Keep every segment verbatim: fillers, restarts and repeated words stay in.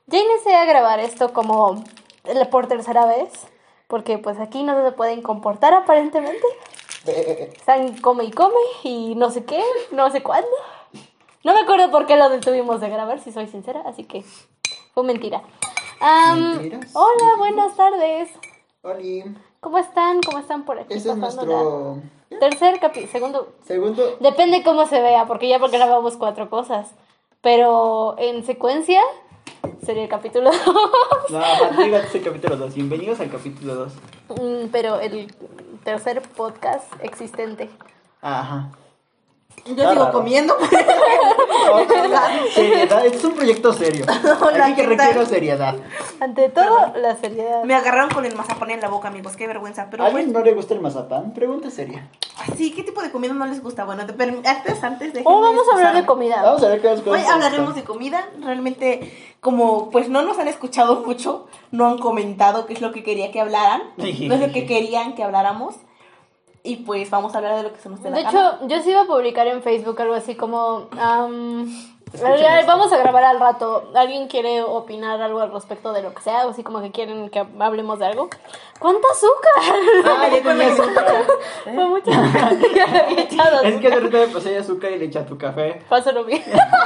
Ya inicié a grabar esto como por tercera vez, porque pues aquí no se pueden comportar aparentemente. Están come y come y no sé qué, no sé cuándo. No me acuerdo por qué lo detuvimos de grabar, si soy sincera, así que fue mentira. Um, ¿Mentiras? Hola, buenas tardes. Oli. ¿Cómo están? ¿Cómo están por aquí? Ese es nuestro tercer capítulo, segundo. segundo. Depende cómo se vea, porque ya porque grabamos cuatro cosas. Pero en secuencia sería el capítulo dos. No, Patrick, es el capítulo dos. Bienvenidos al capítulo dos. Mm, pero el tercer podcast existente. Ajá. Yo Está sigo raro. comiendo. Seriedad, esto es un proyecto serio. Hola, Aquí que ¿qué requiero tal? seriedad. Ante todo, la seriedad. Me agarraron con el mazapán en la boca, amigos. Qué vergüenza. Pero ¿A alguien bueno. no le gusta el mazapán? Pregunta seria. Ay, sí, ¿qué tipo de comida no les gusta? Bueno, te perm- antes, antes de. Oh, vamos a hablar de comida. Vamos a ver qué nos Hoy hablaremos de comida. Realmente, como pues no nos han escuchado mucho, no han comentado qué es lo que quería que hablaran. No es lo que querían que habláramos. Y pues vamos a hablar de lo que se nos dé la De gana. hecho, yo sí iba a publicar en Facebook algo así como... Um, Escuchen ya, esto. vamos a grabar al rato. ¿Alguien quiere opinar algo al respecto de lo que sea? O así como que quieren que hablemos de algo. ¿Cuánto azúcar? Ah, ya tenía azúcar. Fue mucho azúcar. Ya le había echado Es que azúcar. ahorita me pasé azúcar y le eché a tu café. Pásalo bien.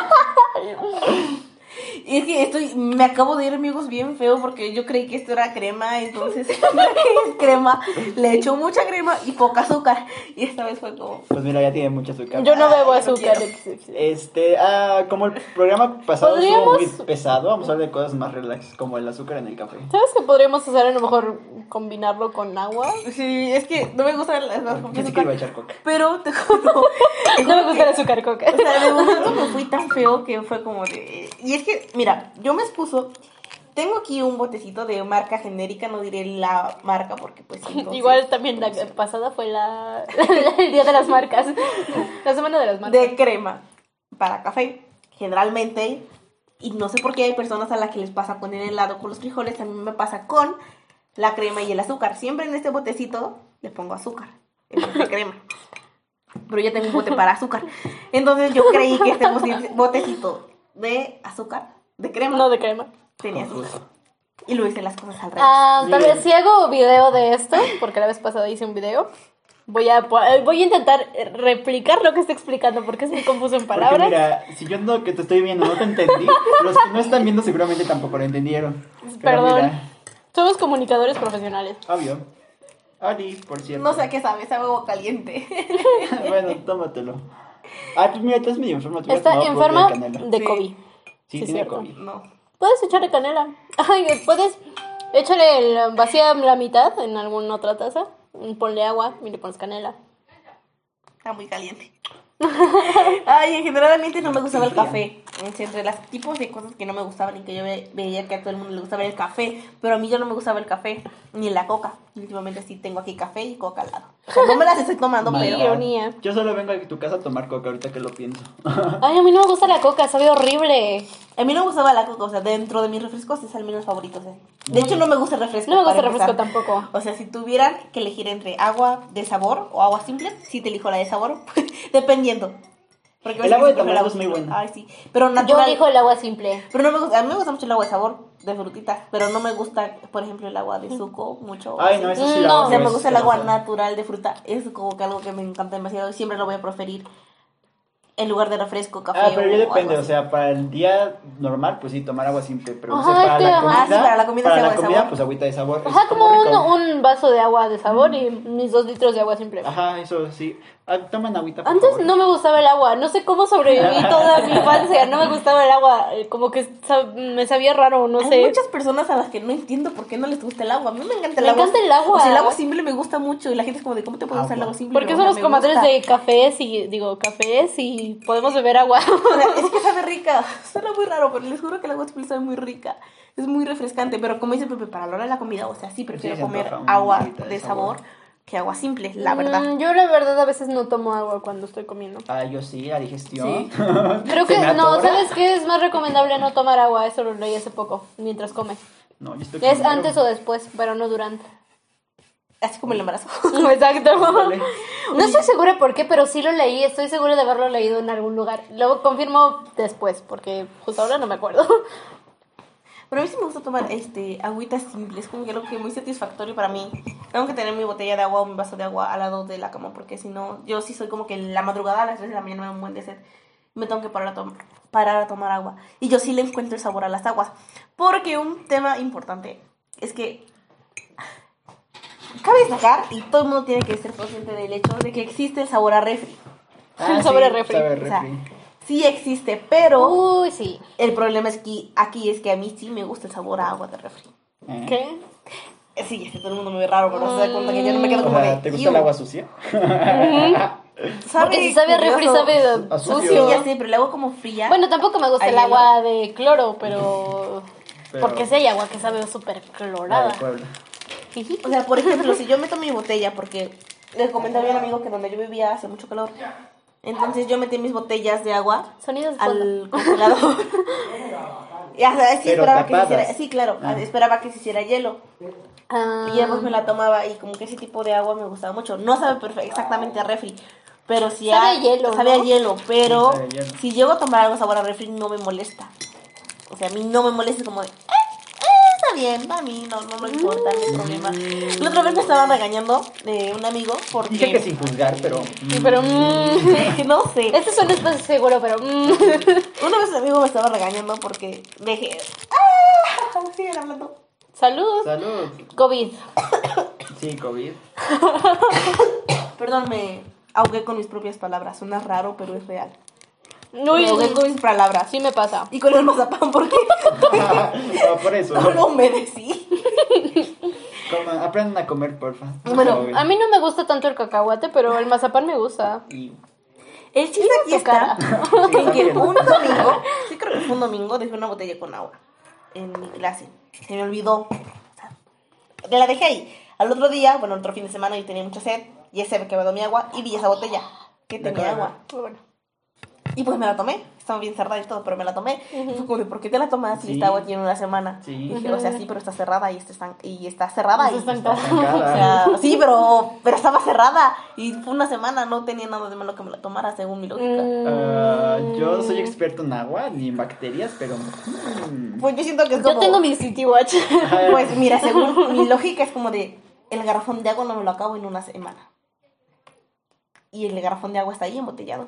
Y es que estoy, me acabo de ir, amigos, bien feo porque yo creí que esto era crema, entonces es crema, le echó mucha crema y poca azúcar. Y esta vez fue como... Pues mira, ya tiene mucho azúcar. Yo no bebo Ay, no azúcar. quiero. Este, ah, como el programa pasado estuvo ¿Podríamos? muy pesado, vamos a hablar de cosas más relax, como el azúcar en el café. ¿Sabes que podríamos hacer a lo mejor combinarlo con agua? Sí, es que no me gustan las las Yo sí que iba a echar coca. pero te juro, te No me juro gusta el que- azúcar coca. o sea, de momento me fui tan feo que fue como de... Y es que, mira, yo me expuso... Tengo aquí un botecito de marca genérica, no diré la marca porque pues... entonces- Igual también la pasada fue la el día de las marcas. La semana de las marcas. de crema para café. Generalmente, y no sé por qué hay personas a las que les pasa con el helado, con los frijoles, a mí me pasa con la crema y el azúcar. Siempre en este botecito le pongo azúcar, en vez de crema. Pero yo tengo un bote para azúcar. Entonces yo creí que este bote- botecito de azúcar, de crema, No de crema. tenía azúcar. Y lo hice las cosas al revés. Ah, tal Miren. vez si hago video de esto, porque la vez pasada hice un video. Voy a, voy a intentar replicar lo que está explicando, porque es muy confuso en Porque palabras. mira, si yo no que te estoy viendo no te entendí, los que no están viendo seguramente tampoco lo entendieron. Pero Perdón. mira, Somos comunicadores profesionales. obvio. Ali, por cierto. No sé a qué sabe, sabe agua caliente. Bueno, tómatelo. Ah, pues mira, estás medio enferma. te hubieras Está tomado enferma bote de canela. de Sí. COVID. Sí, sí, tiene cierto. COVID. No. Puedes echarle canela. Ay, puedes échale el, vacía la mitad en alguna otra taza. Ponle agua y le pones canela. Está muy caliente. Ay, en generalmente no me gustaba el café. Entre los tipos de cosas que no me gustaban y que yo ve- veía que a todo el mundo le gustaba el café, pero a mí ya no me gustaba el café, ni la coca. Últimamente sí tengo aquí café y coca al lado. O sea, no me las estoy tomando, My pero... God. ironía. Yo solo vengo a tu casa a tomar coca ahorita que lo pienso. Ay, a mí no me gusta la coca, sabe horrible. A mí no me gustaba la coca, o sea, dentro de mis refrescos es el menos favorito. O sea. De hecho, no me gusta el refresco. No me gusta para el refresco empezar. tampoco. O sea, si tuvieran que elegir entre agua de sabor o agua simple, sí te elijo la de sabor, dependiendo. Porque a El veces agua de prefiero el tamarindo es muy simple. buena. Ay, sí. Pero Yo natural. elijo el agua simple. Pero no me gusta, a mí me gusta mucho el agua de sabor, de frutitas, pero no me gusta, por ejemplo, el agua de suco mucho. Ay, así. no, eso sí Mm, la no. odio, O sea, me es gusta el agua asqueroso. natural de fruta, es como que algo que me encanta demasiado y siempre lo voy a preferir en lugar de refresco, café. Ah, pero yo o depende, algo o así. sea, para el día normal, pues sí, tomar agua simple, pero o sea, Ajá, para, es la que, comida, ajá. Ah, sí, para la comida para es la agua de comida, sabor. pues agüita de sabor. Ajá, es como rico. un, un vaso de agua de sabor y mis dos litros de agua simple. Ajá, eso sí. Ah, toman agüita, por Antes favor. no me gustaba el agua, no sé cómo sobreviví toda mi infancia, no me gustaba el agua, eh, como que sab- me sabía raro, no Hay sé. muchas personas a las que no entiendo por qué no les gusta el agua. A mí me encanta el Me agua. encanta el agua. O sea, el agua simple me gusta mucho y la gente es como de, ¿cómo te puede gustar el Agua. agua simple? Porque O sea, somos me comadres gusta. de cafés y, digo, cafés y podemos beber agua. O sea, es que sabe rica. Suena muy raro, pero les juro que el agua simple sabe muy rica. Es muy refrescante, pero como dice Pepe, para la hora de la comida, o sea, sí prefiero Sí, se comer antoja un agua agüita de, de sabor, sabor. que agua simple, la verdad. Mm, yo la verdad a veces no tomo agua cuando estoy comiendo. Ah, yo sí, la digestión. Sí. Creo Se que, me no, atora. ¿sabes qué? Es más recomendable no tomar agua, eso lo leí hace poco, mientras come. No, yo estoy Es primero. antes o después, pero no durante. Así como el embarazo. Exacto. Ándale. No estoy segura por qué, pero sí lo leí, estoy segura de haberlo leído en algún lugar. Lo confirmo después, porque justo ahora no me acuerdo. Pero a mí sí me gusta tomar este agüitas simples, como que algo que es muy satisfactorio para mí. Tengo que tener mi botella de agua o mi vaso de agua al lado de la cama, porque si no, yo sí soy como que en la madrugada a las tres de la mañana me da un buen de sed. Me tengo que parar a, tom- parar a tomar agua. Y yo sí le encuentro el sabor a las aguas. Porque un tema importante es que cabe destacar, y todo el mundo tiene que ser consciente del hecho de que existe el sabor a refri. Ah, El sabor sí, a refri. sabe a O sea, refri. sí existe, pero Uy, sí. el problema es que aquí es que a mí sí me gusta el sabor a agua de refri. ¿Eh? ¿Qué? Eh, Sí, es que todo el mundo me ve raro, pero se da cuenta que yo no me quedo O como sea, de... ¿te gusta "Iu". el agua sucia? Porque si sabe a refri, curioso. sabe A Sí, sucio. ya sé, pero el agua como fría. Bueno, tampoco me gusta ¿A el hielo? agua de cloro, pero... Pero- Porque si hay agua que sabe súper La clorada. de Puebla. O sea, por ejemplo, si yo meto mi botella, porque les comentaba a un amigo que donde yo vivía hace mucho calor. Entonces yo metí mis botellas de agua Sonidos de fondo. al congelador. Y hasta sí Pero esperaba que se tapadas. hiciera, sí, claro, Ah. esperaba que se hiciera hielo. Ah, Y ya pues me la tomaba y como que ese tipo de agua me gustaba mucho. No sabe perfe- exactamente a refri, pero sí Sabe a a hielo, sabe a ¿no? hielo, pero Sí, sabe a hielo. si llego a tomar algo sabor a refri no me molesta. O sea, a mí no me molesta, es como de, eh, eh, está bien, para mí no, no me importa, no hay problema. La otra vez me estaban regañando de un amigo porque... Dije que sin juzgar, pero. sí, pero... mm, no sé. este es un espacio seguro, pero... mm. Una vez un amigo me estaba regañando porque dejé... ¡Ah! Siguen hablando. Salud. Salud. COVID. Sí, COVID. Perdón, me ahogué con mis propias palabras. Suena raro, pero es real. Uy, Me ahogué con mis palabras. sí me pasa. Y con el mazapán, porque No, por eso. no lo humedecí. Coman, aprendan a comer, porfa. Bueno, Joven. A mí no me gusta tanto el cacahuate, pero el mazapán me gusta. Y- El chiste aquí tu está Sí, en que también. un domingo, sí creo que fue un domingo, dejé una botella con agua en mi clase. Se me olvidó. O sea, la dejé ahí. Al otro día, bueno, el otro fin de semana yo tenía mucha sed y se me quedó mi agua y vi esa botella que De tenía acuerdo. agua. Muy bueno. Y pues me la tomé. Estaba bien cerrada y todo, pero me la tomé. Y fue como de, ¿por qué te la tomas si Sí. esta agua tiene una semana? Sí. Y dije, o sea, sí, pero está cerrada y está, estan- y está cerrada. Está y, estancada. Estancada. o sea, sí, pero, pero estaba cerrada. Y fue una semana, no tenía nada de malo que me la tomara, según mi lógica. Mm, Ah, yo soy experto en agua, ni en bacterias, pero. mm, Pues yo siento que es Yo como... tengo mi City Watch. Pues mira, según mi lógica es como de, el garrafón de agua no me lo acabo en una semana. Y el garrafón de agua está ahí embotellado.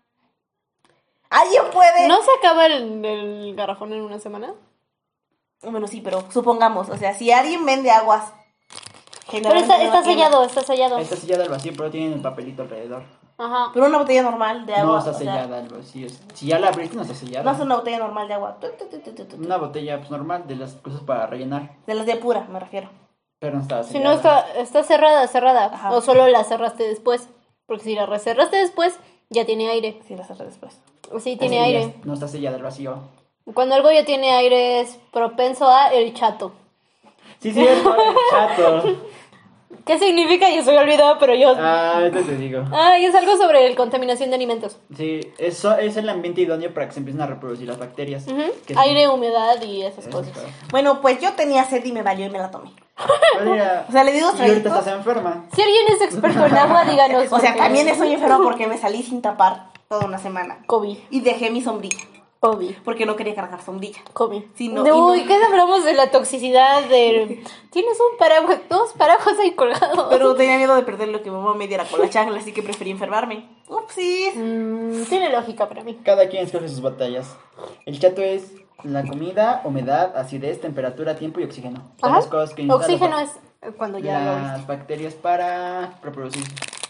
¿Alguien puede? ¿No se acaba el, el garrafón en una semana? Bueno, sí, pero supongamos, o sea, si alguien vende aguas... Pero está, generalmente está no tiene- sellado, está sellado. Está sellada al vacío, pero tiene el papelito alrededor. Ajá. Pero una botella normal de agua. No está o sea, sellada al vacío. Si ya la abriste, no está sellada. no es una botella normal de agua. Tu, tu, tu, tu, tu, tu. Una botella pues, normal de las cosas para rellenar. De las de pura, me refiero. Pero no estaba Si sellada. no está, está cerrada, cerrada. Ajá. O solo la cerraste después. Porque si la recerraste después, ya tiene aire. Sí, las cerré después. Sí, tiene Así aire. es, no está sellada al vacío. Cuando algo ya tiene aire es propenso a el chato. Sí, cierto, chato. ¿Qué significa? Yo soy olvidada, pero yo... Ah, entonces te digo. Ay, es algo sobre el contaminación de alimentos. Sí, eso es el ambiente idóneo para que se empiecen a reproducir las bacterias. Ujú. Que sí. Aire, humedad y esas Eso, cosas. claro. Bueno, pues yo tenía sed y me valió y me la tomé. Pero mira, O sea, le di dos y ahorita traguitos. estás enferma. Si alguien es experto en agua, díganos. O sea, porque- también estoy enferma porque me salí sin tapar toda una semana. COVID. Y dejé mi sombrilla. COVID. Porque no quería cargar sombrilla. COVID. Sí, no, De- y no- Uy, ¿qué hablamos de la toxicidad de... Tienes un paraguas, dos paraguas ahí colgados. Pero tenía miedo de perder lo que mi mamá me diera con la chancla, así que preferí enfermarme. Upsis. Mm, tiene lógica para mí. Cada quien escoge sus batallas. El chato es la comida, humedad, acidez, temperatura, tiempo y oxígeno. Son Ajá. las cosas que necesitan Oxígeno las, es cuando ya lo las viste. bacterias para reproducirse.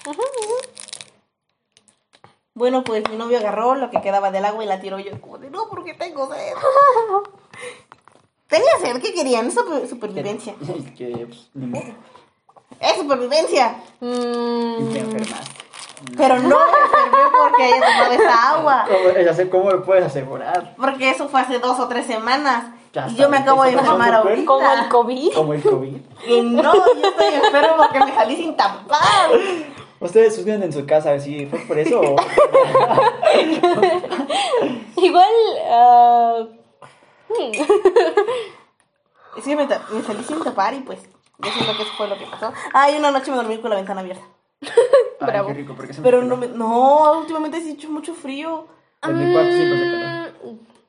Bueno, pues mi novio agarró lo que quedaba del agua y la tiró yo. Como de, no, porque tengo sed. Tenía sed, ¿qué querían? Es super- supervivencia. Que, pues, ni modo. Es supervivencia. Y Mm, te enfermas. Pero no me enfermé porque haya tomado esa agua. ¿Cómo, es así, ¿Cómo lo puedes asegurar? Porque eso fue hace dos o tres semanas. Ya Y está, yo me acabo de eso pasó enfermar por ahorita. como el COVID. Como el COVID. Y no, yo estoy enfermo porque me salí sin tapar. Ustedes viven en su casa, si fue por eso o... Igual... ah, hmm. Es que me, ta- me salí sin tapar y pues yo siento que eso fue lo que pasó. Ay, una noche me dormí con la ventana abierta. Ay, Bravo. qué rico, porque se me Pero calor. no me... No, últimamente sí ha hecho mucho frío. En mi cuarto siempre hace calor. Mm,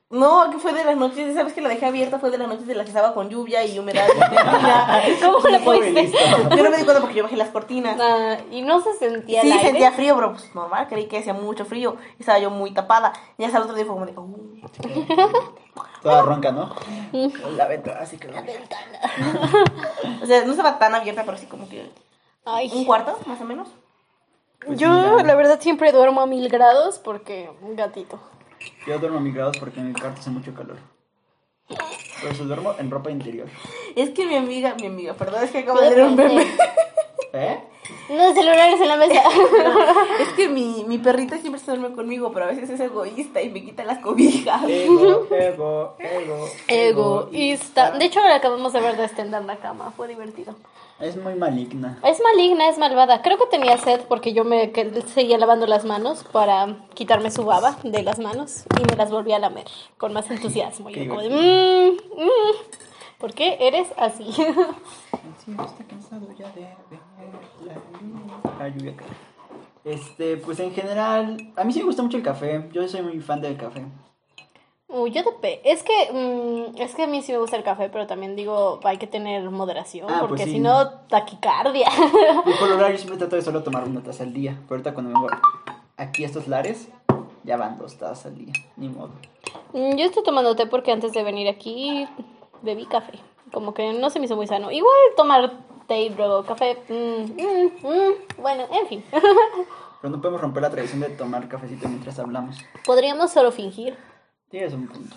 No, que fue de las noches, ¿sabes que la dejé abierta? Fue de las noches de las que estaba con lluvia y humedad. ¿Cómo le fuiste? Yo no me di cuenta porque yo bajé las cortinas. Ah, y no se sentía Sí, el aire. sentía frío, pero pues normal, creí que hacía mucho frío. Y estaba yo muy tapada. Y hasta el otro día fue como de... Uh. Toda ronca, ¿no? La ventana, así que... La ventana. O sea, no estaba tan abierta, pero sí como que... Ay. Un cuarto, más o menos. Pues Yo, mira. la verdad, siempre duermo a mil grados porque un gatito. Yo duermo a mil grados porque en mi cuarto hace mucho calor. Por eso duermo en ropa interior. Es que mi amiga, mi amiga, perdón, es que acabo de leer un meme. ¿Eh? No, celulares en la mesa. Es que mi, mi perrita siempre se duerme conmigo, pero a veces es egoísta y me quita las cobijas. Ego, ego, ego. Egoísta. De hecho, acabamos de ver de extender la cama. Fue divertido. Es muy maligna. Es maligna, es malvada. Creo que tenía sed porque yo me que- seguía lavando las manos para quitarme su baba de las manos y me las volví a lamer con más entusiasmo. Y Qué yo como de, mmm, mmm, ¿por qué eres así? Sí, está cansado ya de ver la luz. La lluvia cae. Este, pues en general, a mí sí me gusta mucho el café. Yo soy muy fan del café. Uy, yo de pe... Es que, mm, es que a mí sí me gusta el café, pero también digo, hay que tener moderación, Ah, pues porque sí. si no, taquicardia. Y por lo general yo siempre trato de solo tomar una taza al día. Pero ahorita cuando vengo aquí a estos lares, ya van dos tazas al día. Ni modo. Mm, Yo estoy tomando té porque antes de venir aquí bebí café. Como que no se me hizo muy sano. Igual tomar té y luego café. mm, mm, mm, bueno, en fin. Pero no podemos romper la tradición de tomar cafecito mientras hablamos. Podríamos solo fingir. Tienes un punto.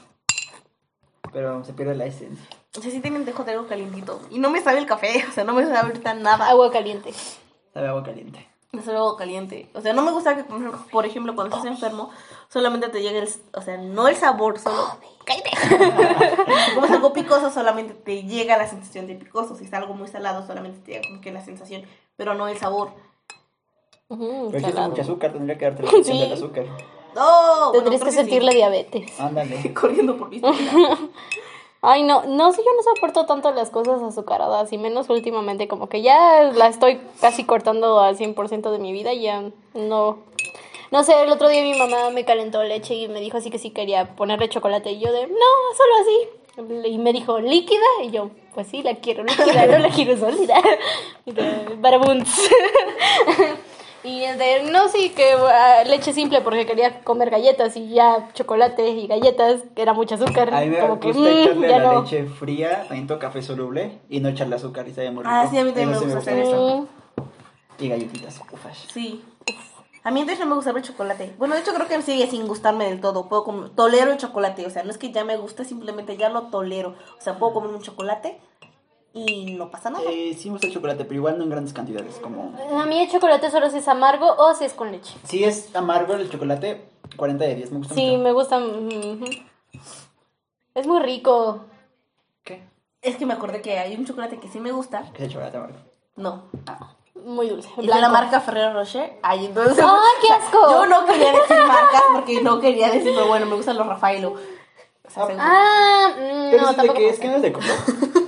Pero se pierde la esencia. O sea, sí tienen dejo de algo calientito. Y no me sabe el café, o sea, no me sabe ahorita nada. Agua caliente. Sabe agua caliente. No sabe algo caliente. O sea, no me gusta que, por ejemplo, cuando estás enfermo, solamente te llegue el... O sea, no el sabor, solo... ¡Cállate! Como es algo picoso, solamente te llega la sensación de picoso. Si es algo muy salado, solamente te llega como que la sensación, pero no el sabor. Ujú, Pero si es salado. mucho azúcar, tendría que darte la sensación Sí. del azúcar. ¡No! Tendrías que sentir la diabetes. Ándale. Corriendo por mi Ay, no, no sé, yo no soporto tanto las cosas azucaradas y menos últimamente, como que ya la estoy casi cortando al cien por ciento de mi vida y ya no... No sé, el otro día mi mamá me calentó leche y me dijo así que sí quería ponerle chocolate y yo de, no, solo así. Y me dijo, ¿líquida? Y yo, pues sí, la quiero líquida, no la quiero sólida. Y de, barabuns. Y el de, no, sí, que uh, leche simple porque quería comer galletas y ya chocolate y galletas, que era mucho azúcar. A mí me como que, gusta mm, echarle ya la no. leche fría, también café soluble y no echarle azúcar y sabe muy rico. Ah, sí, a mí también Eso me sí gusta hacer eso. Mm, Y galletitas, ufas. Sí. A mí antes no me gustaba el chocolate. Bueno, de hecho creo que sigue sin gustarme del todo. Puedo comer, tolero el chocolate. O sea, no es que ya me guste, simplemente ya lo tolero. O sea, puedo comer un chocolate y no pasa nada. Eh, sí me gusta el chocolate, pero igual no en grandes cantidades, como... A mí el chocolate solo si es amargo o si es con leche. Si es amargo el chocolate, cuarenta de diez, me gusta Sí, mucho. me gusta. mm, Es muy rico. ¿Qué? Es que me acordé que hay un chocolate que sí me gusta. ¿Qué es el chocolate amargo? No. Muy dulce. Es de blanco. la marca Ferrero Rocher. Ay, entonces... ¡Ay, qué asco! Yo no quería decir marcas porque no quería decir, pero bueno, me gustan los Rafaelo. O sea, seguro. Ah, mm, ¿Pero no, es de tampoco. qué me es? ¿Que gusta. no es de coco?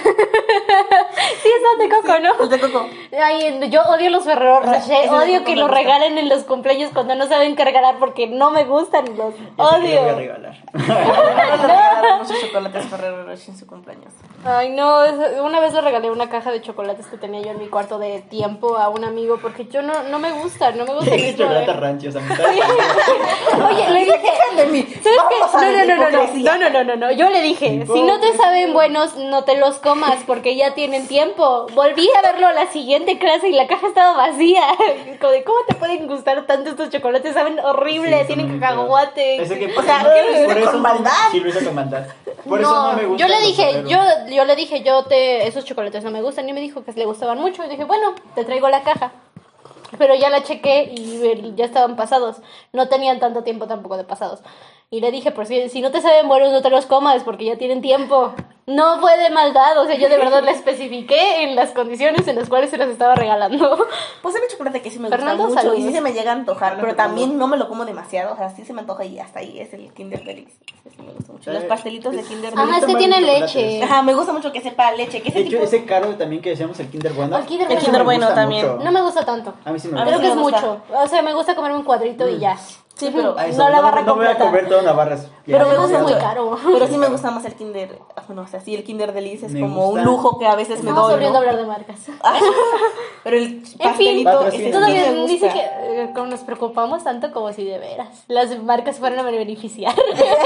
Sí, es de coco, ¿no? Es de coco. Ay, yo odio los Ferrero sea, Rocher. ese de Odio coco que me los gusta. regalen en los cumpleaños cuando no saben qué regalar porque no me gustan los Yo sé que le voy a odio. regalar. A mi le regalaron muchos chocolates Ferrero Rocher en su cumpleaños. Ay, no, es- una vez le regalé una caja de chocolates que tenía yo en mi cuarto de tiempo a un amigo porque yo no, no me gustan, no me gustan. Es chocolate rancio, o sea, me está Oye, le dije, de mí. ¿sabes Vamos a qué? ver No, no, no, no, no, hipocresía. no, no, no, no, yo le dije, si no te saben buenos, no te los comas porque ya tienen tiempo. Volví a verlo a la siguiente clase y la caja estaba vacía. Como de, ¿cómo te pueden gustar tanto estos chocolates? Saben horrible, Sí, tienen son muy cacahuate. feos. Ese que- O sea, ¿qué lo hiciste por eso con no- maldad? Sí, lo hice con maldad. Por eso no me gusta. yo le dije, yo, yo le dije, yo te, esos chocolates no me gustan, y me dijo que le gustaban mucho, y dije, bueno, te traigo la caja. Pero ya la chequé y eh, ya estaban pasados, no tenían tanto tiempo tampoco de pasados. Y le dije, pues si, si no te saben buenos, no te los comas, porque ya tienen tiempo. No fue de maldad, o sea, yo de verdad le especifiqué en las condiciones en las cuales se los estaba regalando. Pues hay un chocolate que sí me Fernando, gusta mucho saludos. y sí se me llega a antojar, pero Fernando. también no me lo como demasiado, o sea, sí se me antoja y hasta ahí es el Kinder Delix. Ese sí me gusta mucho. Los Eh, pastelitos de es- Kinder me Ajá, Delix. este gustan tiene más los leche. chocolates. Ajá, me gusta mucho que sepa leche, que ese De hecho, tipo... ese caro también que decíamos, el Kinder Bueno. El Kinder El Bueno. Kinder me Bueno gusta también. mucho. No me gusta tanto. A mí sí me A mí Creo gusta. que sí es me gusta. mucho. O sea, me gusta comer un cuadrito y ya. Sí, pero Ah, eso, No la no, barra no me voy a completa. comer toda una barra. Ya, Pero me Además gusta es muy mucho. caro. Pero sí me gusta más el Kinder. Bueno, o sea, sí, el Kinder Delice es Me como gusta. un lujo que a veces me Estamos doy, volviendo ¿no? a hablar de marcas. Pero el En fin, pastelito, patrocina. ese sí todavía me dice gusta. que eh, como nos preocupamos tanto como si de veras las marcas fueran a beneficiar.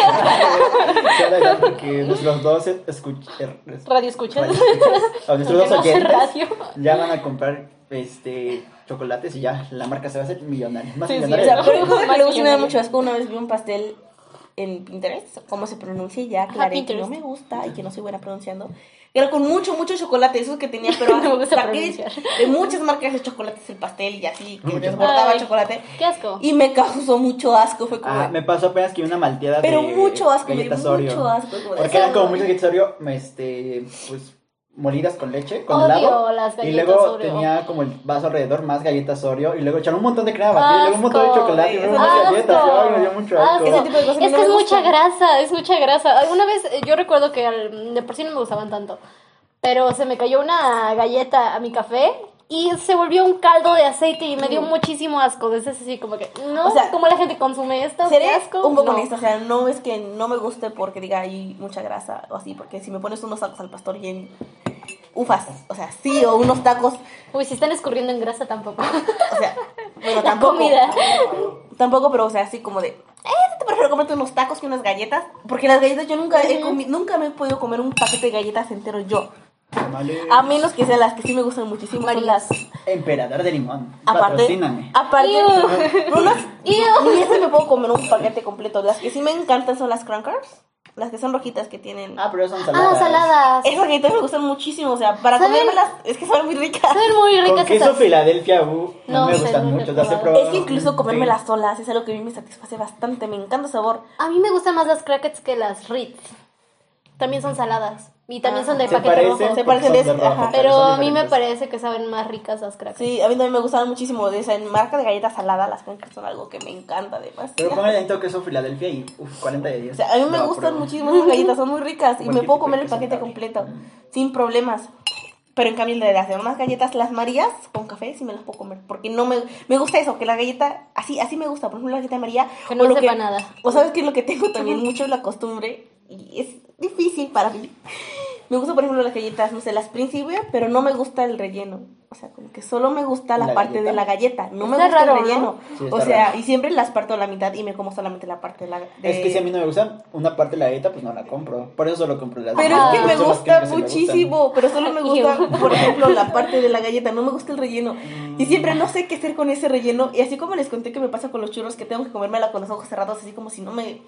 Ya, porque nuestros dos escuch- er- es- Radio escuchas. radio escuchas, o nuestros dos Porque no hace oyentes radio. ya van a comprar este chocolates y ya la marca se va a hacer millonaria. Más Sí, sí, O millonaria. sea, de pero lo cosa que que Más luego sí me da millonario. mucho asco. Una vez vi un pastel en Pinterest, cómo se pronuncia, y ya aclaré que no Pinterest. me gusta y que no soy buena pronunciando. Era con mucho, mucho chocolate, eso que tenía, pero No me gusta saqué pronunciar. de muchas marcas de chocolates el pastel y así, que Muchas desbordaba Ay, chocolate. Qué asco. Y me causó mucho asco, fue como... Ah, me pasó apenas que una malteada Pero de mucho asco, me dio galletas Oreo. mucho asco. como de- Porque eran como muchas galletas Oreo, este, pues, molidas con leche, con Odio helado. las Y galletas luego Oreo. tenía como el vaso alrededor más galletas Oreo. Y luego echaron un montón de crema batida y luego un montón de Asco, chocolate y luego asco. más galletas. Y, ay, me dio mucho asco. Ese tipo de cosas Es no que me es mucha gustan. grasa, es mucha grasa. Alguna vez eh, yo recuerdo que al- de por sí no me gustaban tanto, pero se me cayó una galleta a mi café y se volvió un caldo de aceite y me dio muchísimo asco. Entonces así como que, no, O sea, ¿cómo la gente consume esto? Seré Qué asco. un poco No. honesta, o sea, no es que no me guste porque diga hay mucha grasa o así, porque si me pones unos tacos al pastor y en ufas, o sea, sí, o unos tacos, Uy, si están escurriendo en grasa tampoco. o sea, bueno, La tampoco. comida. Tampoco, pero o sea, así como de, eh, te prefiero comerte unos tacos que unas galletas, porque las galletas yo nunca he comi- nunca me he podido comer un paquete de galletas entero yo. Tamales. A menos que sean las que sí me gustan muchísimo, son las Emperador de limón. aparte, Patrocíname. aparte, Ew. unas, Ew. ni ese me puedo comer un paquete completo. Las que sí me encantan son las crackers, las que son rojitas que tienen. Ah, pero esas son saladas. Ah, saladas. Esas galletas me gustan muchísimo, o sea, para ¿Saben? comérmelas es que son muy ricas. Saben muy Con ricas queso esas. Filadelfia, uh, no, No me sé, gustan nunca he mucho. Las he probado. probado. Es que incluso Sí. comérmelas solas es algo que a mí me satisface bastante, me encanta el sabor. A mí me gustan más las crackets que las Ritz. También son saladas. Y también son de Se paquete parecen, rojo. Se porque parecen son de- de rojo, ajá. Pero son a mí me diferentes. parece que saben más ricas las crackers. Sí, a mí también me gustaban muchísimo de esa en marca de galletas saladas, las crackers son algo que me encanta además. Pero póngale dentro queso Filadelfia y uf, cuarenta de diez. O sea, a mí me No, gustan pero- muchísimo esas galletas, son muy ricas y Cualquier me puedo tipo comer de el queso paquete está completo, bien. sin problemas. Pero en cambio el de las demás galletas, las Marías con café, sí me las puedo comer. Porque no me, me gusta eso, que la galleta, así así me gusta. Por ejemplo, la galleta de María. Que no o lo sepa nada. O sabes que lo que tengo también mucho es la costumbre, y es difícil para mí. Me gusta, por ejemplo, las galletas, no sé, las príncipe, pero no me gusta el relleno. O sea, como que solo me gusta la, ¿La parte galleta? de la galleta. No me Está gusta raro, el ¿no? relleno. Sí, está o sea, raro. y siempre las parto a la mitad y me como solamente la parte de la de... Es que si a mí no me gusta una parte de la galleta, pues no la compro. Por eso solo compro las Pero Ajá. es que me Son las gusta que sí me gustan. muchísimo, pero solo me gusta, Ew. por ejemplo, la parte de la galleta, no me gusta el relleno. Y siempre no sé qué hacer con ese relleno. Y así como les conté que me pasa con los churros, que tengo que comérmela con los ojos cerrados, así como si no me...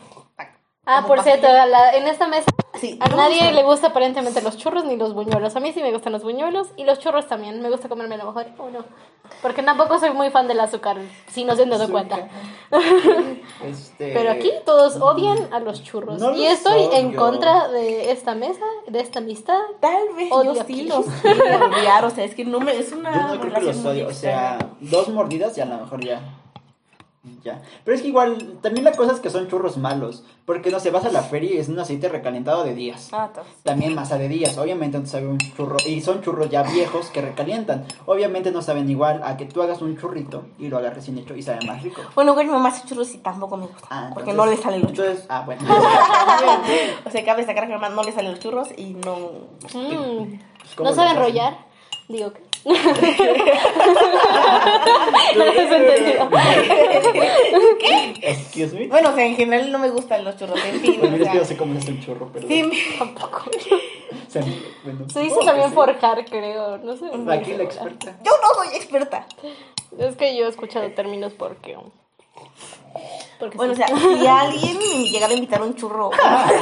Ah, como por pastilla. cierto, a la- en esta mesa Sí, a no me nadie gustan. le gusta aparentemente los churros ni los buñuelos. A mí sí me gustan los buñuelos y los churros también. Me gusta comerme a lo mejor uno. Porque tampoco soy muy fan del azúcar, si no se han dado cuenta. Este... Pero aquí todos odian a los churros. No y los estoy en odio. contra de esta mesa, de esta amistad. Tal vez Odio yo aquí. sí los quiero odiar, o sea, es que no me... Es una Yo no creo que relación los muy odio. O sea, extraña. dos mordidas y a lo mejor ya. Ya. Pero es que igual, también la cosa es que son churros malos. Porque no sé, vas a la feria y es un aceite recalentado de días. Ah, entonces. También masa de días, obviamente no sabe un churro, y son churros ya viejos que recalientan. Obviamente no saben igual a que tú hagas un churrito y lo hagas recién hecho y sabe más rico. Bueno, güey, mi mamá hace churros y tampoco me gusta. Ah, porque entonces- no le salen los churros. Entonces, ah, bueno. O sea, cabe destacar que a mi mamá no le salen los churros y no... Mm. Pues, ¿cómo ¿No saben les hacen? enrollar? Digo que. No lo has entendido. Excuse me. Bueno, o sea, en general no me gustan los churros, en fin. Pues o mira, es que sea, yo sé cómo se hace un churro, pero. sí, me- Tampoco. O sea, bueno, Se dice supongo también que sí. forjar, creo. No sé. muy Aquí la segura. experta. yo no soy experta. Es que yo he escuchado términos porque. Porque Bueno, sí. o sea, si alguien me llegara a invitar a un churro,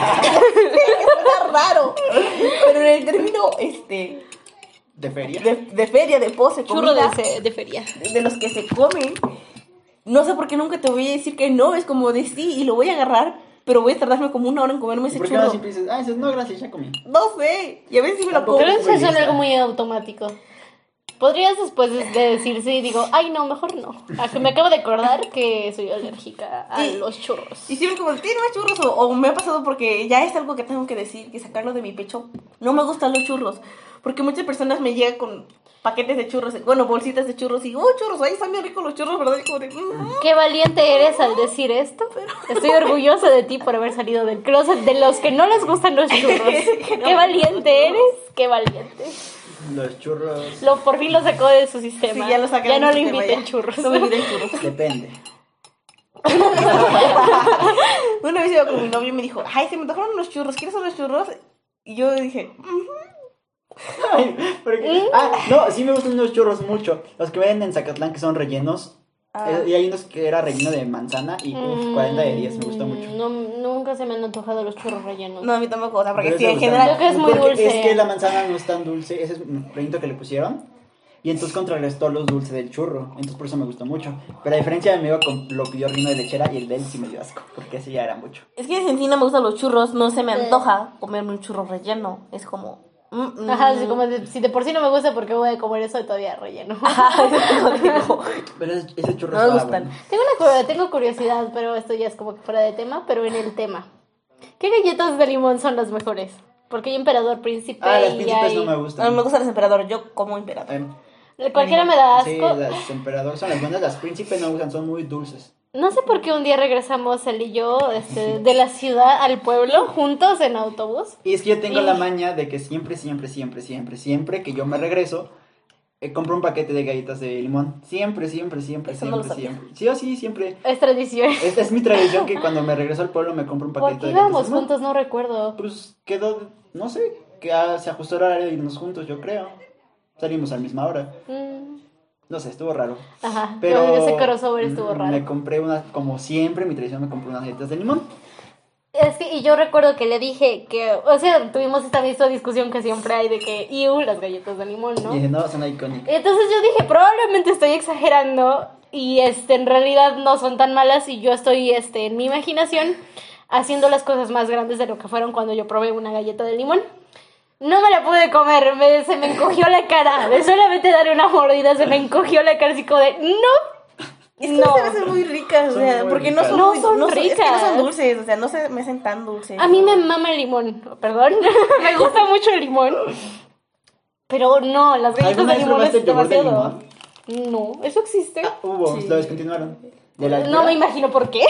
es raro. Pero en el término, este, ¿De feria? de, de feria, de pose, Churro comida, de, fe- de feria. de, de los que se comen, no sé por qué nunca te voy a decir que no, es como de sí, y lo voy a agarrar, pero voy a tardarme como una hora en comerme ¿Y ese por qué no churro. siempre dices, ah, dices, no, gracias, ya comí? No sé, y a veces sí me lo como. Pero Muy eso suena lista. algo muy automático. Podrías después de de decir sí, digo, ay no, mejor no. A que me acabo de acordar que soy alérgica a Sí. los churros. Y siempre como, ¿tiene más churros? O, o me ha pasado porque ya es algo que tengo que decir, que sacarlo de mi pecho. No me gustan los churros. Porque muchas personas me llegan con paquetes de churros, bueno, bolsitas de churros y, oh, churros, ahí están bien ricos los churros, ¿verdad? Y como de, mm. Qué valiente eres al decir esto. Estoy orgullosa de ti por haber salido del closet de los que no les gustan los churros. No, Qué valiente eres, qué valiente. Los churros... Lo, por fin lo sacó de su sistema. Sí, ya lo saqué ya de no mi le sistema, inviten ya. churros. No me inviten churros. Depende. Una vez iba con mi novio y me dijo, ay, se me antojaron unos churros, ¿quieres unos churros? Y yo dije, mm. Ay, porque... Ah, no, sí me gustan los churros mucho. Los que venden en Zacatlán que son rellenos. Ah. Eh, Y hay unos que era relleno de manzana y uf, cuarenta de diez, me gustó mucho. No, nunca se me han antojado los churros rellenos. No, a mí tampoco, o sea, porque Pero sí, ese en me general... Creo que es muy Porque dulce. Es que la manzana no es tan dulce, ese es un relleno que le pusieron. Y entonces contrarrestó los dulces del churro. Entonces por eso me gustó mucho. Pero a diferencia de mi amigo, con- lo pidió relleno de lechera y el de él sí me dio asco. Porque ese ya era mucho. Es que si en sí no me gustan los churros, no se me antoja comerme un churro relleno. Es como... mm, mm. Ajá, así como de- si de por sí no me gusta, porque voy a comer eso todavía relleno. Ajá, eso digo. Pero ese, ese churro No me estaba gustan. bueno. Tengo, una, cu- tengo curiosidad, pero esto ya es como que fuera de tema, pero en el tema. ¿Qué galletas de limón son las mejores? Porque hay Emperador, Príncipe Ah, las y príncipes hay... no me A mí gustan. me gustan los emperadores, yo como emperador. Em, Cualquiera me da asco. Sí, las emperador son las buenas, las príncipes no me gustan, son muy dulces. No sé por qué un día regresamos él y yo este, de la ciudad al pueblo juntos en autobús. Y es que yo tengo Y- la maña de que siempre, siempre, siempre, siempre, siempre que yo me regreso, eh, compro un paquete de galletas de limón. Siempre, siempre, siempre, Eso no lo siempre, sabía. siempre. Sí o sí, siempre. Es tradición. Esta es mi tradición que cuando me regreso al pueblo me compro un ¿Por paquete qué de galletas íbamos de limón. juntos? No recuerdo. Pues quedó, no sé, que ah, se ajustó el horario de irnos juntos, yo creo. Salimos a la misma hora. Mm, No sé, estuvo raro. Ajá, Pero no, ese crossover estuvo mm, raro. Me compré unas, como siempre, mi tradición me compré unas galletas de limón. Es que, y yo recuerdo que le dije que, o sea, tuvimos esta misma discusión que siempre hay de que, iu, las galletas de limón, ¿no? Y dije, no, son icónicas. Entonces yo dije, probablemente estoy exagerando y este en realidad no son tan malas y yo estoy este en mi imaginación haciendo las cosas más grandes de lo que fueron cuando yo probé una galleta de limón. No me la pude comer, me- se me encogió la cara. De solamente darle una mordida se me encogió la cara así como de, no, Es que no. se me hacen muy ricas, o Son sea, muy porque no ricas. son, No muy- son no Es que no ricas. son dulces, o sea, no se me hacen tan dulces. A mí me mama el limón, perdón, me gusta mucho el limón. Pero no, las galletas ¿Alguna de vez limón probaste es el yogur de demasiado. No, ¿eso existe? Ah, hubo, Sí. lo descontinuaron. De la No me imagino por qué.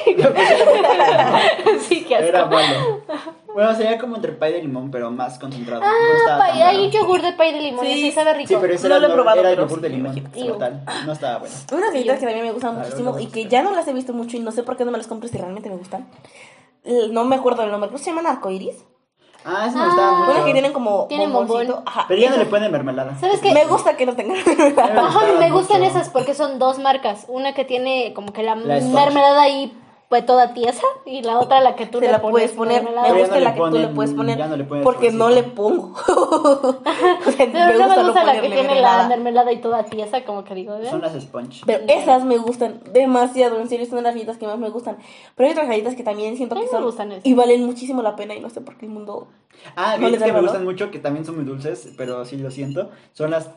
Sí, qué asco. Era malo. Bueno, sería como entre pay de limón, pero más concentrado. no Ah, estaba pa- tan hay bueno. yogur de pay de limón, Sí, sí sabe rico. Sí, pero ese No era, lo he no- probado, era pero yogur sí de me limón imagino. como tal. No estaba bueno. Unas galletas que también me gustan Claro, muchísimo no me y que gustan. ya no las he visto mucho y no sé por qué no me las compro si realmente me gustan. Eh, No me acuerdo del nombre, ¿cómo se llaman? Arcoiris. Ah, ese me gustaba Ah. mucho. Unas que tienen como Tienen bomboncito. bombón. Ajá. Pero ya no Esas- le ponen mermelada. ¿Sabes qué? Me gusta que no tengan. Ajá, me gustaba gustan mucho. esas porque son dos marcas. Una que tiene como que la, La sponge. mermelada ahí pues toda tiesa y la otra la que tú Te le la pones puedes poner. mermelada. Me Pero ya gusta no la le que tú le ponen- puedes poner. ya no le pones Porque no dulcecito. le pongo. O sea, Pero no me gusta la que ponerle tiene mermelada. la mermelada y toda tiesa, como que digo, ¿eh? Son las sponge. Pero esas me gustan demasiado, en serio, son las galletas que más me gustan. Pero hay otras galletas que también siento A mí que me son gustan esas. y valen muchísimo la pena y no sé por qué el mundo... Ah, ¿No les galletas da que me valor? gustan mucho, que también son muy dulces, pero sí lo siento. Son las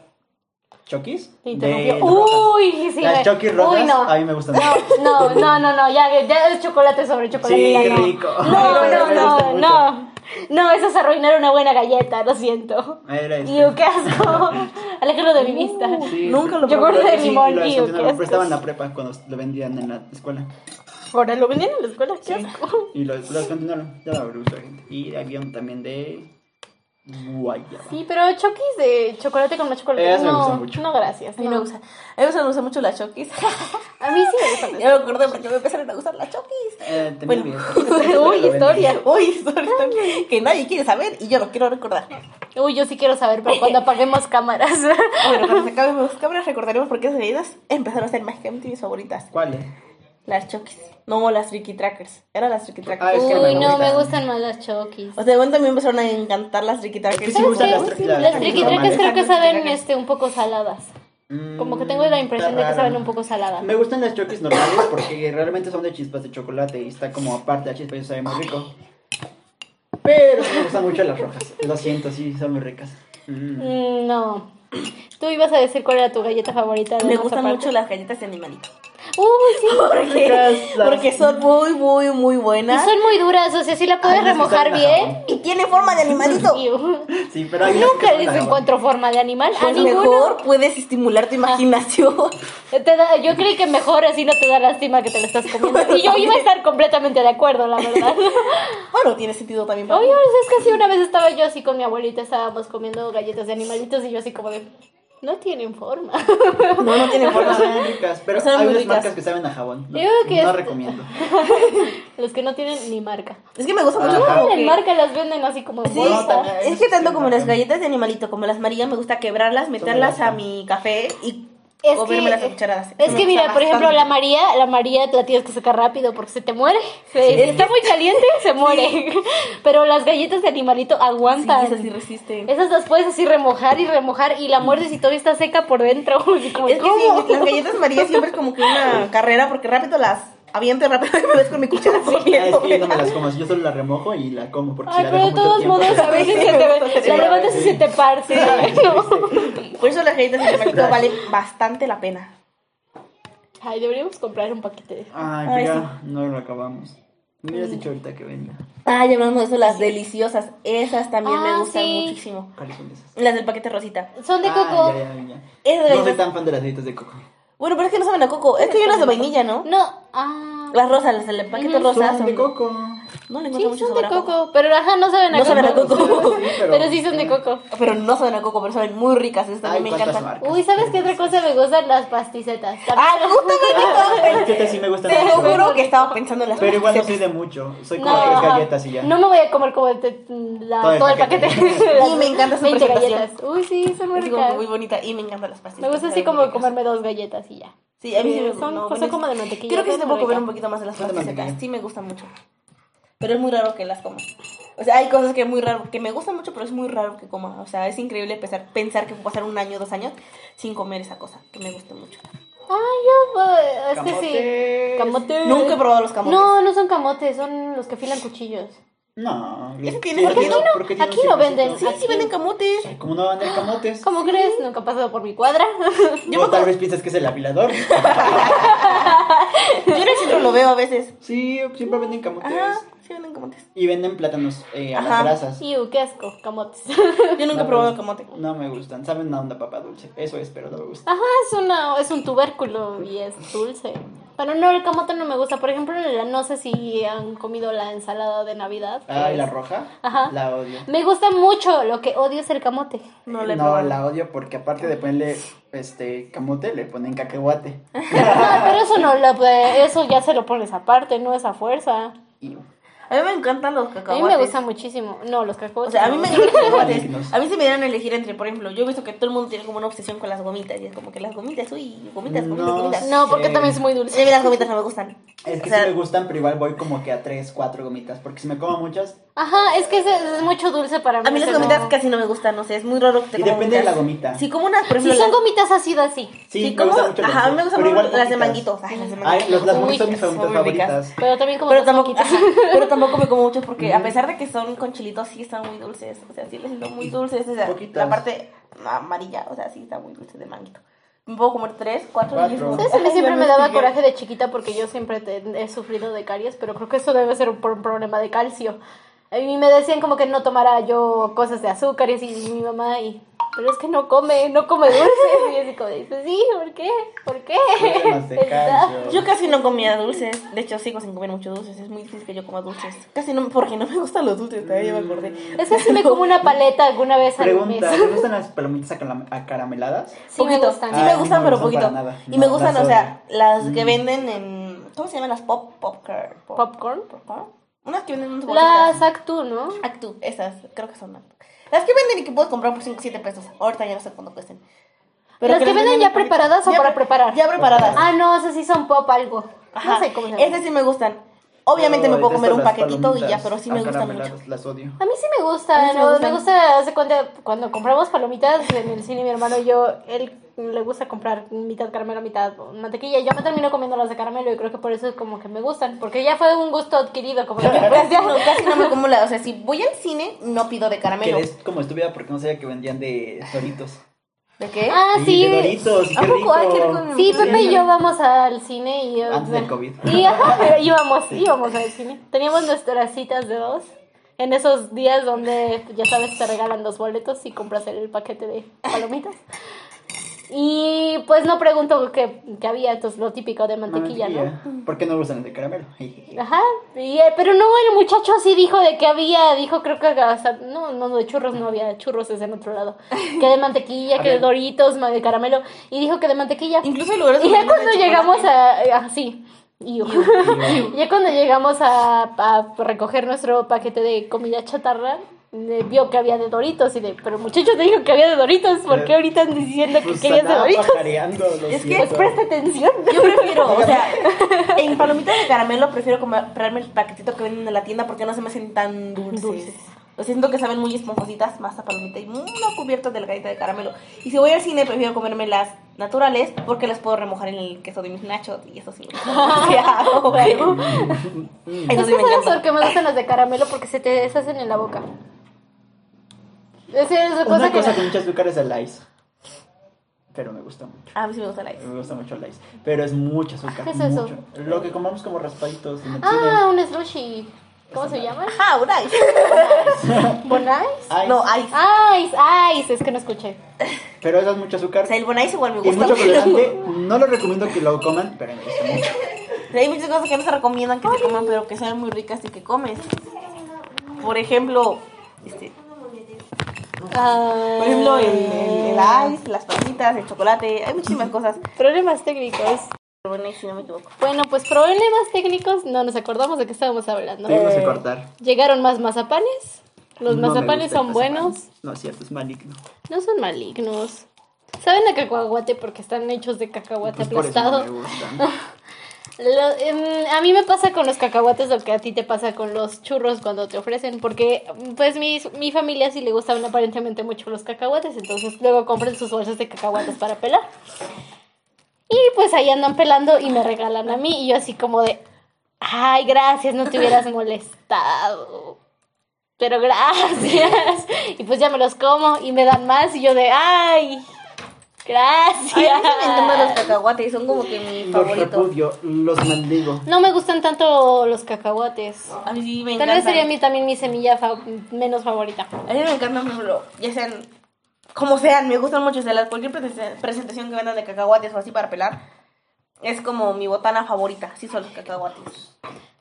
Chokis. Te de interrumpió. rojas. Uy, sí. Las me- Chokis rojas, Uy, no. a mí me gustan. No, no, no, no, no, ya, ya es chocolate sobre chocolate. Sí, ya qué no. rico. No, Me no, gusta no, mucho. no. No, eso es arruinar una buena galleta, lo siento. Era este. Iu, qué asco. Aléjalo de mi vista. Sí, Nunca lo Yogur probé. de Sí, limón, lo iu, descontinuaron, qué pero asco. estaba en la prepa cuando lo vendían en la escuela. Ahora lo vendían en la escuela, qué Sí. asco. Y lo, lo descontinuaron. Ya no me gusta la gente. Y había un también de guayaba. Sí, pero chokis de chocolate con más chocolate. Ellas me no, gustan mucho. no, gracias. A mí no. me gusta. A mí me gustan mucho las Chokis. A mí sí me gustan. Ya me acordé porque me empezaron a gustar las Chokis. Eh, te Bueno. me olvidé. Uy, historia. Uy, historia que nadie quiere saber y yo lo quiero recordar. Uy, yo sí quiero saber, pero cuando apaguemos cámaras. Bueno, cuando se acaben las cámaras recordaremos por qué esas bebidas empezaron a ser mágicamente mis favoritas. ¿Cuáles? Las Chokis. No, las Ricky Trackers. Eran las Ricky Trackers. Ah, es que Uy, me no, me gustan. gustan más las chokis. O sea, de momento a mí me empezaron a encantar las Ricky Es Trackers. que sí me gustan las, ¿Sabes las, qué? las Las Chokis triquitraques normales. creo que Ajá, saben triquitraques. este, un poco saladas. Mm, Como que tengo la impresión está de que raro. saben un poco saladas. Me gustan las Chokis normales porque realmente son de chispas de chocolate y está como aparte de chispas y sabe muy rico. Pero sí me gustan mucho las rojas. Lo siento, sí, son muy ricas. Mm. Mm, no. Tú ibas a decir cuál era tu galleta favorita. de Me más gustan aparte. mucho las galletas de animalito. Uy, sí. Porque, porque son muy, muy, muy Y buenas. son muy duras, o sea, si la puedes Ay, no, es que remojar saben a bien. jabón. Y tiene forma de animalito. Iu. Sí, pero hay unas que Nunca saben les a jabón. encuentro forma de animal. A Pues ninguno. mejor puedes estimular tu imaginación. Te da- yo creí que mejor así no te da lástima que te lo estás comiendo. Y yo iba a estar completamente de acuerdo, la verdad. Bueno, tiene sentido también para Oye, mí. es que sí, una vez estaba yo así con mi abuelita, estábamos comiendo galletas de animalitos y yo así como de, no tienen forma. No, no tiene Pero forma. saben ricas, pero Saben hay muy unas ricas. marcas que saben a jabón. No, Yo creo que no es- recomiendo. Los que no tienen ni marca. Es que me gusta mucho Ajá. como En que... marca las venden así como en Sí, bolsa. No, también. es que tanto como las marca. galletas de animalito como las María me gusta quebrarlas, meterlas buenas. a mi café y Es comérmelas que, a cucharadas. es Eso que me mira, gusta por ejemplo, la bastante. María, la María la tienes que sacar rápido porque se te muere. Se- Está muy caliente, se muere. Pero las galletas de animalito Sí, aguantan. esas sí resisten. Esas las puedes así remojar y remojar y la muerdes y todavía está seca por dentro. Así como, Es que ¿cómo? sí, las galletas María siempre es como que una carrera porque rápido las aviento y rápido me ves con mi cuchara Ah, es comiendo. que yo no me las como, yo solo las remojo y la como porque si Ay, la pero dejo de mucho todos tiempo, modos se a veces deshace. se te, la Sí, levantas y se te parce. ¿no? Por eso las galletas de animalito valen bastante la pena. Ay, deberíamos comprar un paquete de... Ay, Ay, pero sí. ya no lo acabamos. Me hubieras dicho ahorita que venga. Ay, hablando de eso, las deliciosas, esas también Ah, me gustan sí. muchísimo. ¿Cuáles son esas? Las del paquete rosita. Son de Ah, coco. ya, ya, ya. Esas No soy galletas- tan fan de las galletas de coco. Bueno, pero es que no saben a coco. Es que hay unas de vainilla, ¿no? No, ah... Las rosas, las del paquete Ujú. rosa Son de coco. No le Sí, encuentro mucho son de sabor a coco, pero ajá, no saben a No coco. saben a coco. Sí, pero... pero- sí son de coco. Pero no saben a coco, pero saben muy ricas. Esas también Ay, me ¿cuántas encantan. marcas? Uy, ¿sabes qué otra cosa me gustan? Las pasticetas. ¡Ah, justo Es que estas sí me gustan Te lo mucho. juro que estaba pensando en las Pero igual no soy pasticetas. de mucho. Soy como No, tres ajá. galletas y ya. No me voy a comer como de- la- Todo el todo el paquete. paquete. Y me encanta su veinte presentación. galletas. Uy, sí, son muy Es como ricas. muy bonita y me encantan las pasticetas. Me gusta así saben muy como ricas. comerme dos galletas y ya. Sí, a mí sí me Son no, cosas bueno, como de mantequilla. Creo que sí son te puedo muy comer un ricas. poquito más de las Son de pasticetas. mantequilla. Sí me gustan mucho. Pero es muy raro que las coma. O sea, hay cosas que es muy raro, que me gustan mucho, pero es muy raro que coma. O sea, es increíble pensar, pensar que puedo pasar un año, dos años sin comer esa cosa, que me gusta mucho. Ay, yo, eh, es que sí. Camotes. Camotes. Nunca he probado los camotes. No, no son camotes, son los que filan cuchillos. No. Ese los- tiene- sí, ¿por qué no? no? ¿Por qué tiene Aquí un lo venden. Sí, silbocito? sí venden camotes. Ay, ¿cómo no van a vender camotes? ¿Cómo crees? Nunca ha pasado por mi cuadra. Yo O me tal acuerdo- vez piensas que es el afilador. Yo en el centro lo veo a veces. Sí, siempre venden camotes. Ajá, sí venden camotes. Y venden plátanos eh, a Ajá. las brasas. Iu, qué asco, camotes. Yo nunca No, he probado el pero camote. No me gustan. Saben a onda papa dulce. Eso es, pero no me gusta. Ajá, es una, es un tubérculo y es dulce. Pero no, el camote no me gusta. Por ejemplo, la- no sé si han comido la ensalada de Navidad. que Ay, es- la roja. Ajá. La odio. Me gusta mucho, lo que odio es el camote. No le he No, probado. la odio porque aparte de ponerle este camote, le ponen cacahuate. Ah, pero eso no lo puede- eso ya se lo pones aparte, no es a fuerza. Y A mí me encantan los A cacahuates. mí me gusta muchísimo. No, los O cacahuates. sea, a mí no. me encantan los cacahuates. Malignos. A mí se me dieran a elegir entre, por ejemplo, yo he visto que todo el mundo tiene como una obsesión con las gomitas. Y es como que las gomitas, uy, gomitas, gomitas, No gomitas. No, porque Sí. también es muy A dulce. mí las gomitas no me gustan. es que O sea, sí me gustan, pero igual voy como que a tres, cuatro gomitas. Porque si me como muchas, Ajá, es que es, es mucho dulce para mí. A mí las eso gomitas no. casi no me gustan, no sé, es muy raro que te y coma depende de la gomitas. gomita. Si como unas, por ejemplo, Si son las- gomitas así, así. Sí, si me como, gusta mucho el ajá, a mí me dulce, gustan pero mucho igual las de poquitas. manguitos. Ay, las de Ay, manguitos. los, las Uy, gomitas son mis son favoritas. muy ricas. favoritas. Pero también como Pero dos tampoco, poquitas. ajá, pero tampoco me como muchos porque a pesar de que son con chilitos, sí están muy dulces. O sea, sí les siento muy dulces. O sea, Poquitas. la parte amarilla, o sea, sí está muy dulce de manguito. Me puedo comer tres, cuatro, y Cuatro. es como- ¿Sabes? A mí Ay, siempre ya me daba estoy coraje de chiquita porque yo siempre te- he sufrido de caries, pero creo que eso debe ser un, por un problema de calcio. A mí me decían como que no tomara yo cosas de azúcar y así, y mi mamá, y, pero es que no come, no come dulces. Y así como dice, sí, ¿por qué? ¿Por qué? Problemas de Está- calcio. Yo casi no comía dulces. De hecho, sigo sin comer muchos dulces. Es muy difícil que yo coma dulces. Casi no, porque no me gustan los dulces. Todavía me acordé. Es que si me como una paleta alguna vez al mes. Pregunta, ¿te gustan las palomitas acalam- acarameladas? Sí me Poquito. gustan. Sí me Ay, gustan, no me pero gustan poquito. para nada. Y No, me gustan, las o sea, odio. las que Mm. venden en... ¿Cómo se llaman las pop? Popcorn. Pop, ¿Popcorn? popcorn. Unas que venden en unas Las bolsitas. Actu, ¿no? Actu, esas, creo que son Actu. Las que venden y que puedes comprar por cinco o siete pesos. Ahorita ya no sé cuánto cuesten. ¿Las que las venden ya en paquete- preparadas o ya para pre- preparar? Ya preparadas. Ah, no, esas sí son pop algo. Ajá. No sé cómo se llama. Esas sí me gustan. Obviamente Yo me puedo comer un detesto las paquetito y ya, palomitas pero sí me gustan mucho. acarameladas, Las odio. A mí sí me A mí gusta, sí me ¿no? gustan. Me gusta, hace cuenta, cuando compramos palomitas en el cine, mi hermano y yo, él le gusta comprar mitad caramelo, mitad mantequilla. Yo me termino comiendo las de caramelo y creo que por eso es como que me gustan, porque ya fue un gusto adquirido, como que pues Casi ya no, casi no me como la... O sea, si voy al cine, no pido de caramelo. Quedé como estúpida porque no sabía que vendían de Doritos. ¿De qué? Ah, Sí, sí. de Doritos, qué ¿A poco? Ay, qué rico. rico. Sí, Pepe y yo vamos al cine y... Antes del COVID. Y ajá, íbamos, íbamos al cine. Teníamos nuestras citas de dos. En esos días donde, ya sabes, te regalan los boletos y compras el paquete de palomitas. Y pues no pregunto qué, qué había, entonces lo típico de mantequilla, Mantequilla. ¿no? ¿Por qué no gustan el de caramelo? Ajá, y, eh, pero no, el muchacho sí dijo de que había, dijo creo que, o sea, no, no, de churros no había, churros es en otro lado, que de mantequilla, A que de ver. Doritos, ma- de caramelo, y dijo que de mantequilla. Incluso hay lugares Y ya donde cuando venden llegamos chocolate. a, a sí, y ya cuando llegamos a, a recoger nuestro paquete de comida chatarra, eh, vio que había de Doritos y de, pero el muchacho te dijo que había de Doritos, ¿por qué ahorita andas diciendo que Pues querías de andaba Doritos? pajareando, lo Es que, siento. Pues presta atención. Yo prefiero, o sea, en palomitas de caramelo prefiero comprarme el paquetito que venden en la tienda porque no se me hacen tan dulces. Dulces. Lo siento que saben muy esponjositas, más a palomita y una cubierta delgadita de caramelo. Y si voy al cine prefiero comerme las naturales porque las puedo remojar en el queso de mis nachos y eso sí me gusta. Eso sí Es me que encanta. porque me gustan los de caramelo porque se te deshacen en la boca. Esa es la cosa Una que... cosa con mucho azúcar es el ice. Pero me gusta mucho. A mí sí me gusta la ice. Me gusta mucho el ice. Pero es mucho azúcar. ¿Qué es eso? mucho. Lo que comamos como raspaditos en el Ah, un slushy. ¿Cómo se llama? Ah, un ice. ¿Bonais? cine. Ice. No, ice. Ice, ice, es que no escuché. Pero eso es mucho azúcar. O sea, el bon ice igual me Y gusta. mucho pero- colorante. No lo recomiendo que lo coman, pero me gusta mucho. Hay muchas cosas que no se recomiendan que se coman, pero que saben muy ricas y que comes. Por ejemplo, este, Ah, por ejemplo el, el, el ice, las palomitas, el chocolate, hay muchísimas cosas. Problemas técnicos. Bueno, si no me equivoco. Bueno, pues problemas técnicos, no nos acordamos de qué estábamos hablando. Tuvimos que Eh, cortar. Llegaron más mazapanes. Los No me mazapanes gusta el son mazapán. buenos. No es cierto, es maligno. No son malignos. Saben a cacahuate porque están hechos de cacahuate Pues por eso aplastado. no me gustan. Lo- em, a mí me pasa con los cacahuates lo que a ti te pasa con los churros cuando te ofrecen, porque pues mi, mi familia sí le gustaban aparentemente mucho los cacahuates, entonces luego compran sus bolsas de cacahuates para pelar. Y pues ahí andan pelando y me regalan a mí y yo así como de, ay, gracias, no te hubieras molestado. Pero gracias. Y pues ya me los como y me dan más y yo de, ay, gracias. Ay, a mí sí me encantan los cacahuates, son como que mi Los favorito. repudio, los maldigo. No me gustan tanto los cacahuates. A mí sí me Tal encantan. vez sería mi, también mi semilla fa- menos favorita. A mí me encantan, por ejemplo, ya sean como sean, me gustan mucho. O sea, la- cualquier presen- presentación que vendan de cacahuates o así para pelar es como mi botana favorita. Sí, son los cacahuates.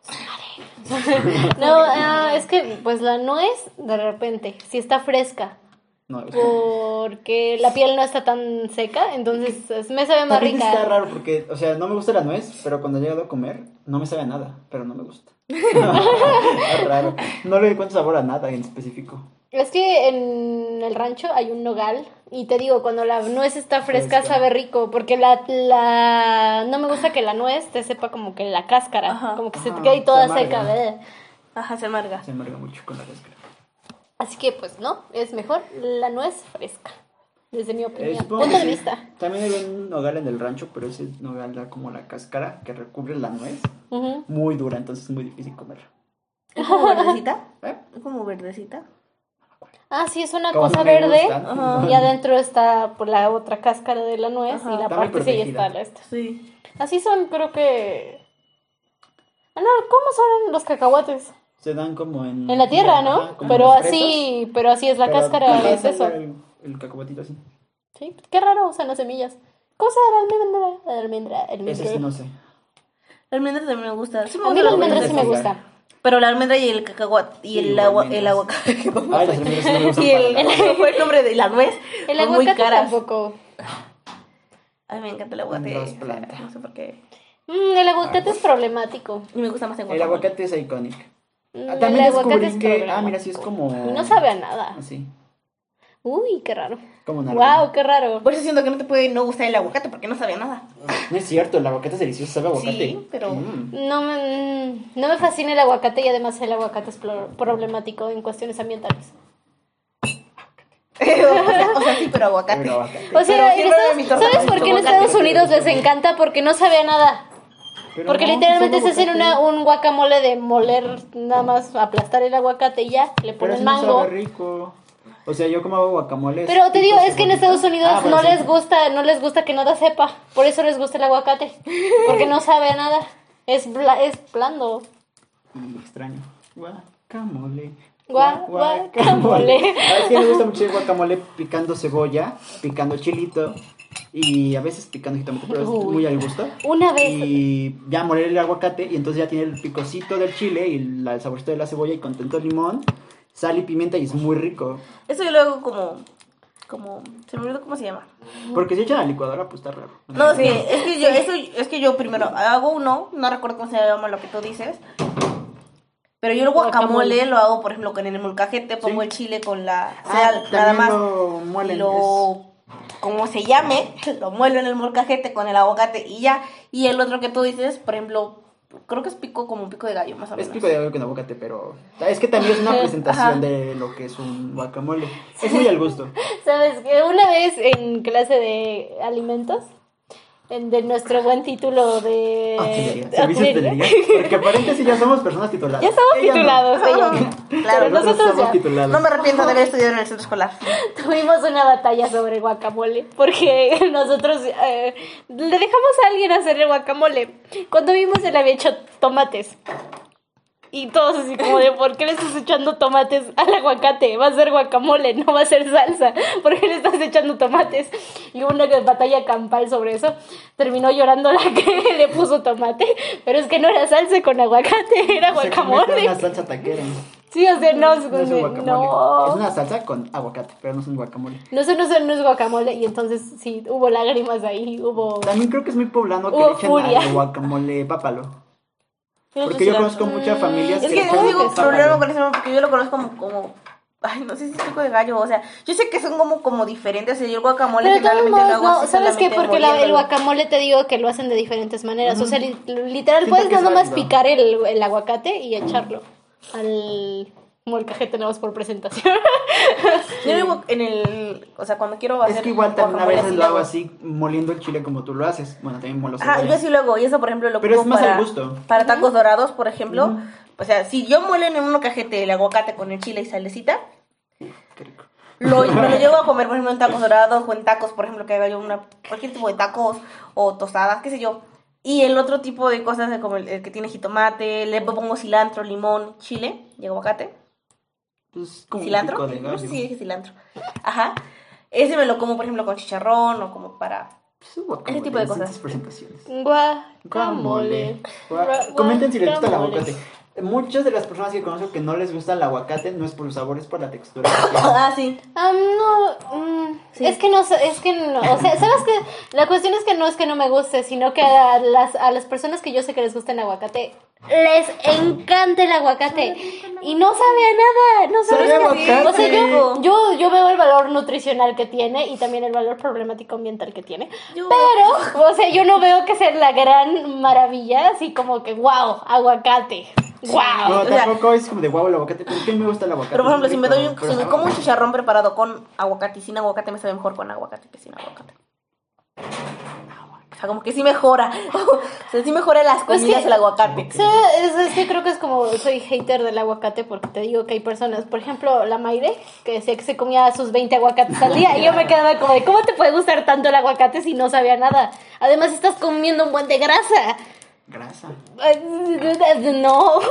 No, ah, es que pues la nuez, de repente, si está fresca, No, porque la piel no está tan seca, entonces es- me sabe más también está rica. raro porque, o sea, no me gusta la nuez, pero cuando he llegado a comer, no me sabe a nada, pero no me gusta. Es raro. No le encuentro sabor a nada en específico. Es que en el rancho hay un nogal y te digo, cuando la nuez está fresca Fresca. sabe rico, porque la, la no me gusta que la nuez te sepa como que la cáscara, Ajá. como que se te Ajá, quede ahí toda se amarga. seca, ¿verdad? Ajá, se amarga. Se amarga mucho con la cáscara. Así que pues no, es mejor la nuez fresca, desde mi Eh, opinión, supongo punto que de sí. vista. También hay un nogal en el rancho, pero ese nogal da como la cáscara que recubre la nuez. Ujú. Muy dura, entonces es muy difícil comerla. ¿Es como verdecita? ¿Eh? ¿Es como verdecita? Ah, sí, es una Como cosa no me verde gustan. Ajá. y adentro está por la otra cáscara de la nuez Ajá. y la Está muy parte sí protegida. está la esta. Sí. Así son, creo que... Ah, no, ¿cómo son los cacahuates? Se dan como en... En la tierra, ¿no? Ajá, como Pero las así, pero así es la Pero cáscara, ajá, es eso. El, el cacahuatito así. Sí, qué raro, usan las semillas. Cosa de almendra, almendra, almendra. Ese sí no sé. La almendra también me gusta. Sí me A mí gusta la la almendra sí me almendra. gusta. Pero la almendra y el cacahuate y Sí, el, igual agua, almendras. el aguacate. Ay, las almendras sí no me gustan Y el, para nada. el, fue el nombre de la nuez. El son muy aguacate caras. tampoco. A mí me encanta el aguacate. Las plantas. No sé por qué. Mm, el aguacate es problemático. Y me gusta más en El guacamole. aguacate es icónico. Mm, Ah, también el aguacate descubrí es que... Ah, problemático. mira, sí es como... Y no sabe a nada. Así, Uy, qué raro. como una Wow, qué raro. Por eso siento que no te puede no gustar el aguacate porque no sabía nada. No es cierto, el aguacate es delicioso, sabe a aguacate. Sí, pero- Mm. No me, mm, no me fascina el aguacate y además el aguacate es pro- problemático en cuestiones ambientales. o, sea, o sea, sí, pero aguacate. Pero aguacate. O sea, Pero en siempre Estados- mi torta ¿sabes con por qué en aguacate. Estados Unidos les encanta? Porque no sabe a nada. Pero Porque no, literalmente sabe se hacen aguacate. una, un guacamole de moler, nada más aplastar el aguacate y ya, le Pero ponen si no mango. sabe rico. O sea, yo como hago guacamole. Pero te digo, pico es que en cebollita. Estados Unidos Ah, bueno, no sí. les gusta, no les gusta que nada sepa. Por eso les gusta el aguacate. Porque no sabe a nada. Es, bla- es blando. Y extraño. Guacamole. Gua- guacamole. A veces me gusta mucho el guacamole picando cebolla, picando chilito y a veces picando jitomate, pero es Uy. muy al gusto. Una vez. Y ya moler el aguacate y entonces ya tiene el picocito del chile y la- el saborcito de la cebolla y con tanto limón, sal y pimienta y es muy rico. Eso yo lo hago como, como, se me olvidó cómo se llama. Porque si echan a la licuadora, pues está raro. No, es que, es que yo, eso, es que yo primero hago uno, no recuerdo cómo se llama lo que tú dices. Pero yo el guacamole, Guacamole. lo hago, por ejemplo, con el molcajete, pongo Sí. el chile con la Ah, sal, nada también más. lo muelen, Lo, como se llame, lo muelo en el molcajete con el aguacate y ya. Y el otro que tú dices, por ejemplo, creo que es pico como un pico de gallo, más o Es menos. pico de gallo con aguacate, pero es que también es una presentación Ajá. de lo que es un guacamole. Es muy al gusto. ¿Sabes qué? Una vez en clase de alimentos, en- de nuestro buen título de Hotelería, servicios de hotelería, hotelería. Porque aparentemente ya somos personas tituladas. ya estamos Ella no. titulados, ella no. Claro, Pero Nosotros nosotros somos ya titulados. No me arrepiento de haber estudiado en el centro escolar. tuvimos una batalla sobre el guacamole, porque nosotros eh, le dejamos a alguien hacer el guacamole. Cuando vimos, él había hecho tomates. Y todos así como de, ¿por qué le estás echando tomates al aguacate? Va a ser guacamole, no va a ser salsa. ¿Por qué le estás echando tomates? Y hubo una batalla campal sobre eso. Terminó llorando la que le puso tomate. Pero es que no era salsa con aguacate, era Se convierte en guacamole. una salsa taquera. Sí, o sea, no, No es un guacamole. no. Es una salsa con aguacate, pero no es un guacamole. No, eso no, es- no es guacamole. Y entonces sí, hubo lágrimas ahí, hubo... También creo que es muy poblano que Hubo le echen furia. al guacamole pápalo. Fíjate Porque si yo la- conozco muchas familias Es que que le yo echan digo pápalo. problema con eso porque yo lo conozco como, como ay, no sé si es pico de gallo, o sea, yo sé que son como, como diferentes, o sea, yo el guacamole Pero de todos generalmente lo modos, hago no, así ¿sabes qué? solamente Porque la- el moliéndolo. guacamole te digo que lo hacen de diferentes maneras. O sea, li- literal, Siento puedes que es nada más válido. picar el, el aguacate y echarlo al molcajete nada más por presentación. Yo digo en el, o sea, cuando quiero hacer Es que igual también a guacamole, veces así lo hago así, moliendo el chile como tú lo haces. Bueno, también molo Ajá, yo cebolla. así lo hago, y eso por ejemplo lo Pero es ocupo más al para, gusto. para tacos dorados, por ejemplo. O sea, si yo muelo en un cajete el aguacate con el chile y salecita, Qué rico. lo, me lo llevo a comer, por ejemplo, en tacos dorados o en tacos, por ejemplo, que haga yo una, cualquier tipo de tacos o tostadas, qué sé yo. Y el otro tipo de cosas, como el, el que tiene jitomate, le pongo cilantro, limón, chile y aguacate. Pues como ¿Cilantro? un pico de No sé gallo. si dije cilantro. Ajá. Ese me lo como, por ejemplo, con chicharrón o como para... Pues un guacamole Ese tipo de en cosas. distintas presentaciones. Guacamole. Gua- Comenten si les gusta el Guacamole. aguacate. Muchas de las personas que conozco que no les gusta el aguacate no es por el sabor, es por la textura. Ah, sí. Ah, no, mm, Sí. es que no, sé, es que no, o sea, ¿sabes qué? La cuestión es que no es que no me guste, sino que a las, a las personas que yo sé que les gusta el aguacate, les encanta el aguacate y no sabe a nada, no sabe Sabe a a nada. aguacate. O sea, yo, yo, yo veo el valor nutricional que tiene y también el valor problemático ambiental que tiene, Yo- pero, o sea, yo no veo que sea la gran maravilla, así como que, wow, aguacate, wow. No, o sea- tampoco es como de guau el aguacate, pero que a mí me gusta el aguacate. Pero por ejemplo, es si me rico, doy un, pero si me sabe como un mal. chicharrón preparado con aguacate y sin aguacate, me sabe mejor con aguacate que sin aguacate. O sea, como que sí mejora. O sea, sí mejora las Pues comidas que- el aguacate. Sí, es, es que creo que es como soy hater del aguacate porque te digo que hay personas, por ejemplo, la Mayre, que decía que se comía sus veinte aguacates al día y yo me quedaba como de, ¿cómo te puede gustar tanto el aguacate si no sabía nada? Además estás comiendo un buen de grasa. Grasa. No.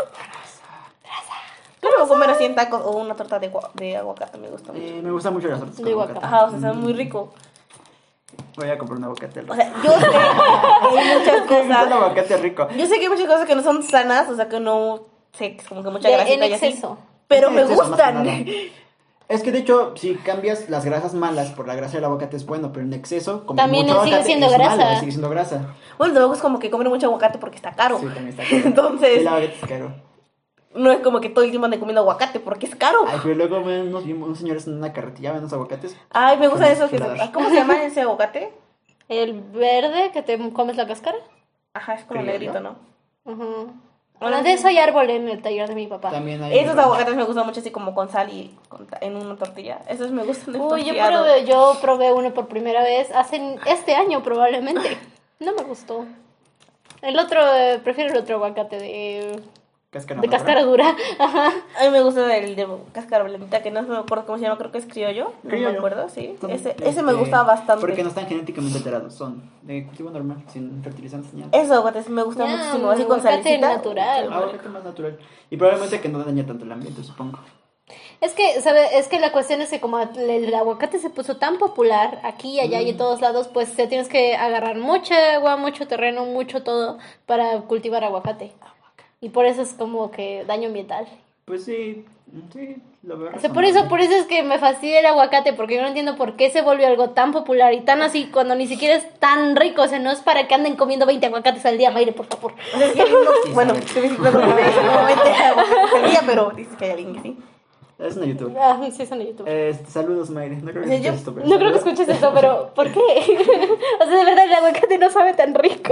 Yo lo voy a comer así en tacos o una torta de, gua- de aguacate, me gusta mucho. Eh, me gustan mucho las tortas De con guacamole. aguacate. Ajá, o sea, sabe muy rico. Voy a comprar un aguacate al O rato. sea, yo sé que hay muchas Me gusta el cosas. aguacate rico. Yo sé que hay muchas cosas que no son sanas, o sea, que no sé, como que mucha De- grasita en y así. exceso. Pero Es me en exceso, más que gustan. nada. Es que de hecho, si cambias las grasas malas por la grasa del aguacate es bueno, pero en exceso, como También mucho sigue aguacate, siendo es grasa. malo, sigue siendo grasa. Bueno, tampoco es como que comer mucho aguacate porque está caro. Sí, también está caro. Entonces- El aguacate es caro. No es como que todo el tiempo ande comiendo aguacate porque es caro. Ay, pero luego ven unos, unos señores en una carretilla ven unos aguacates. Ay, me gusta Con eso. Que chuladas. ¿Cómo se llama ese aguacate? El verde que te comes la cáscara. Ajá, es como Criollo. negrito, ¿no? Ujú. Bueno, de eso hay árbol en el taller de mi papá. También hay. Esos aguacates me gustan mucho así como con sal y con ta- en una tortilla. Esos me gustan Uy, yo demasiado. probé, yo probé uno por primera vez hace este año probablemente. No me gustó. El otro, eh, prefiero el otro aguacate de Cáscara De madura. cáscara dura. Ajá. A mí me gusta el de cáscara blandita, que no me acuerdo cómo se llama, creo que es criollo. No me Criollo. acuerdo, sí. Son, Ese, este, ese me gusta bastante. Porque no están genéticamente alterados, son de cultivo normal, sin fertilizantes ni nada. Eso, aguacate, me gusta Ya, muchísimo. Así con aguacate salecita. natural. Ah, aguacate más natural. Y probablemente que no daña tanto el ambiente, supongo. Es que, ¿sabe? Es que la cuestión es que como el, el aguacate se puso tan popular aquí y allá y en todos lados, pues te tienes que agarrar mucha agua, mucho terreno, mucho todo para cultivar aguacate. Y por eso es como que daño ambiental. Pues sí, sí, lo veo. O sea, por razonable. eso, por eso es que me fastidia el aguacate, porque yo no entiendo por qué se volvió algo tan popular y tan así cuando ni siquiera es tan rico. O sea, no es para que anden comiendo veinte aguacates al día, Mayre, por favor. O sea, es que no- Sí, bueno, sabe. estoy diciendo que normalmente aguacate al día, pero dice que hay alguien que sí. Es una YouTube. Ah, sí, es en YouTube. Este, saludos, Mayre. No creo que O sea, yo- escuches esto, pero No creo que saludos. escuches eso, pero ¿por qué? O sea, de verdad, el aguacate no sabe tan rico.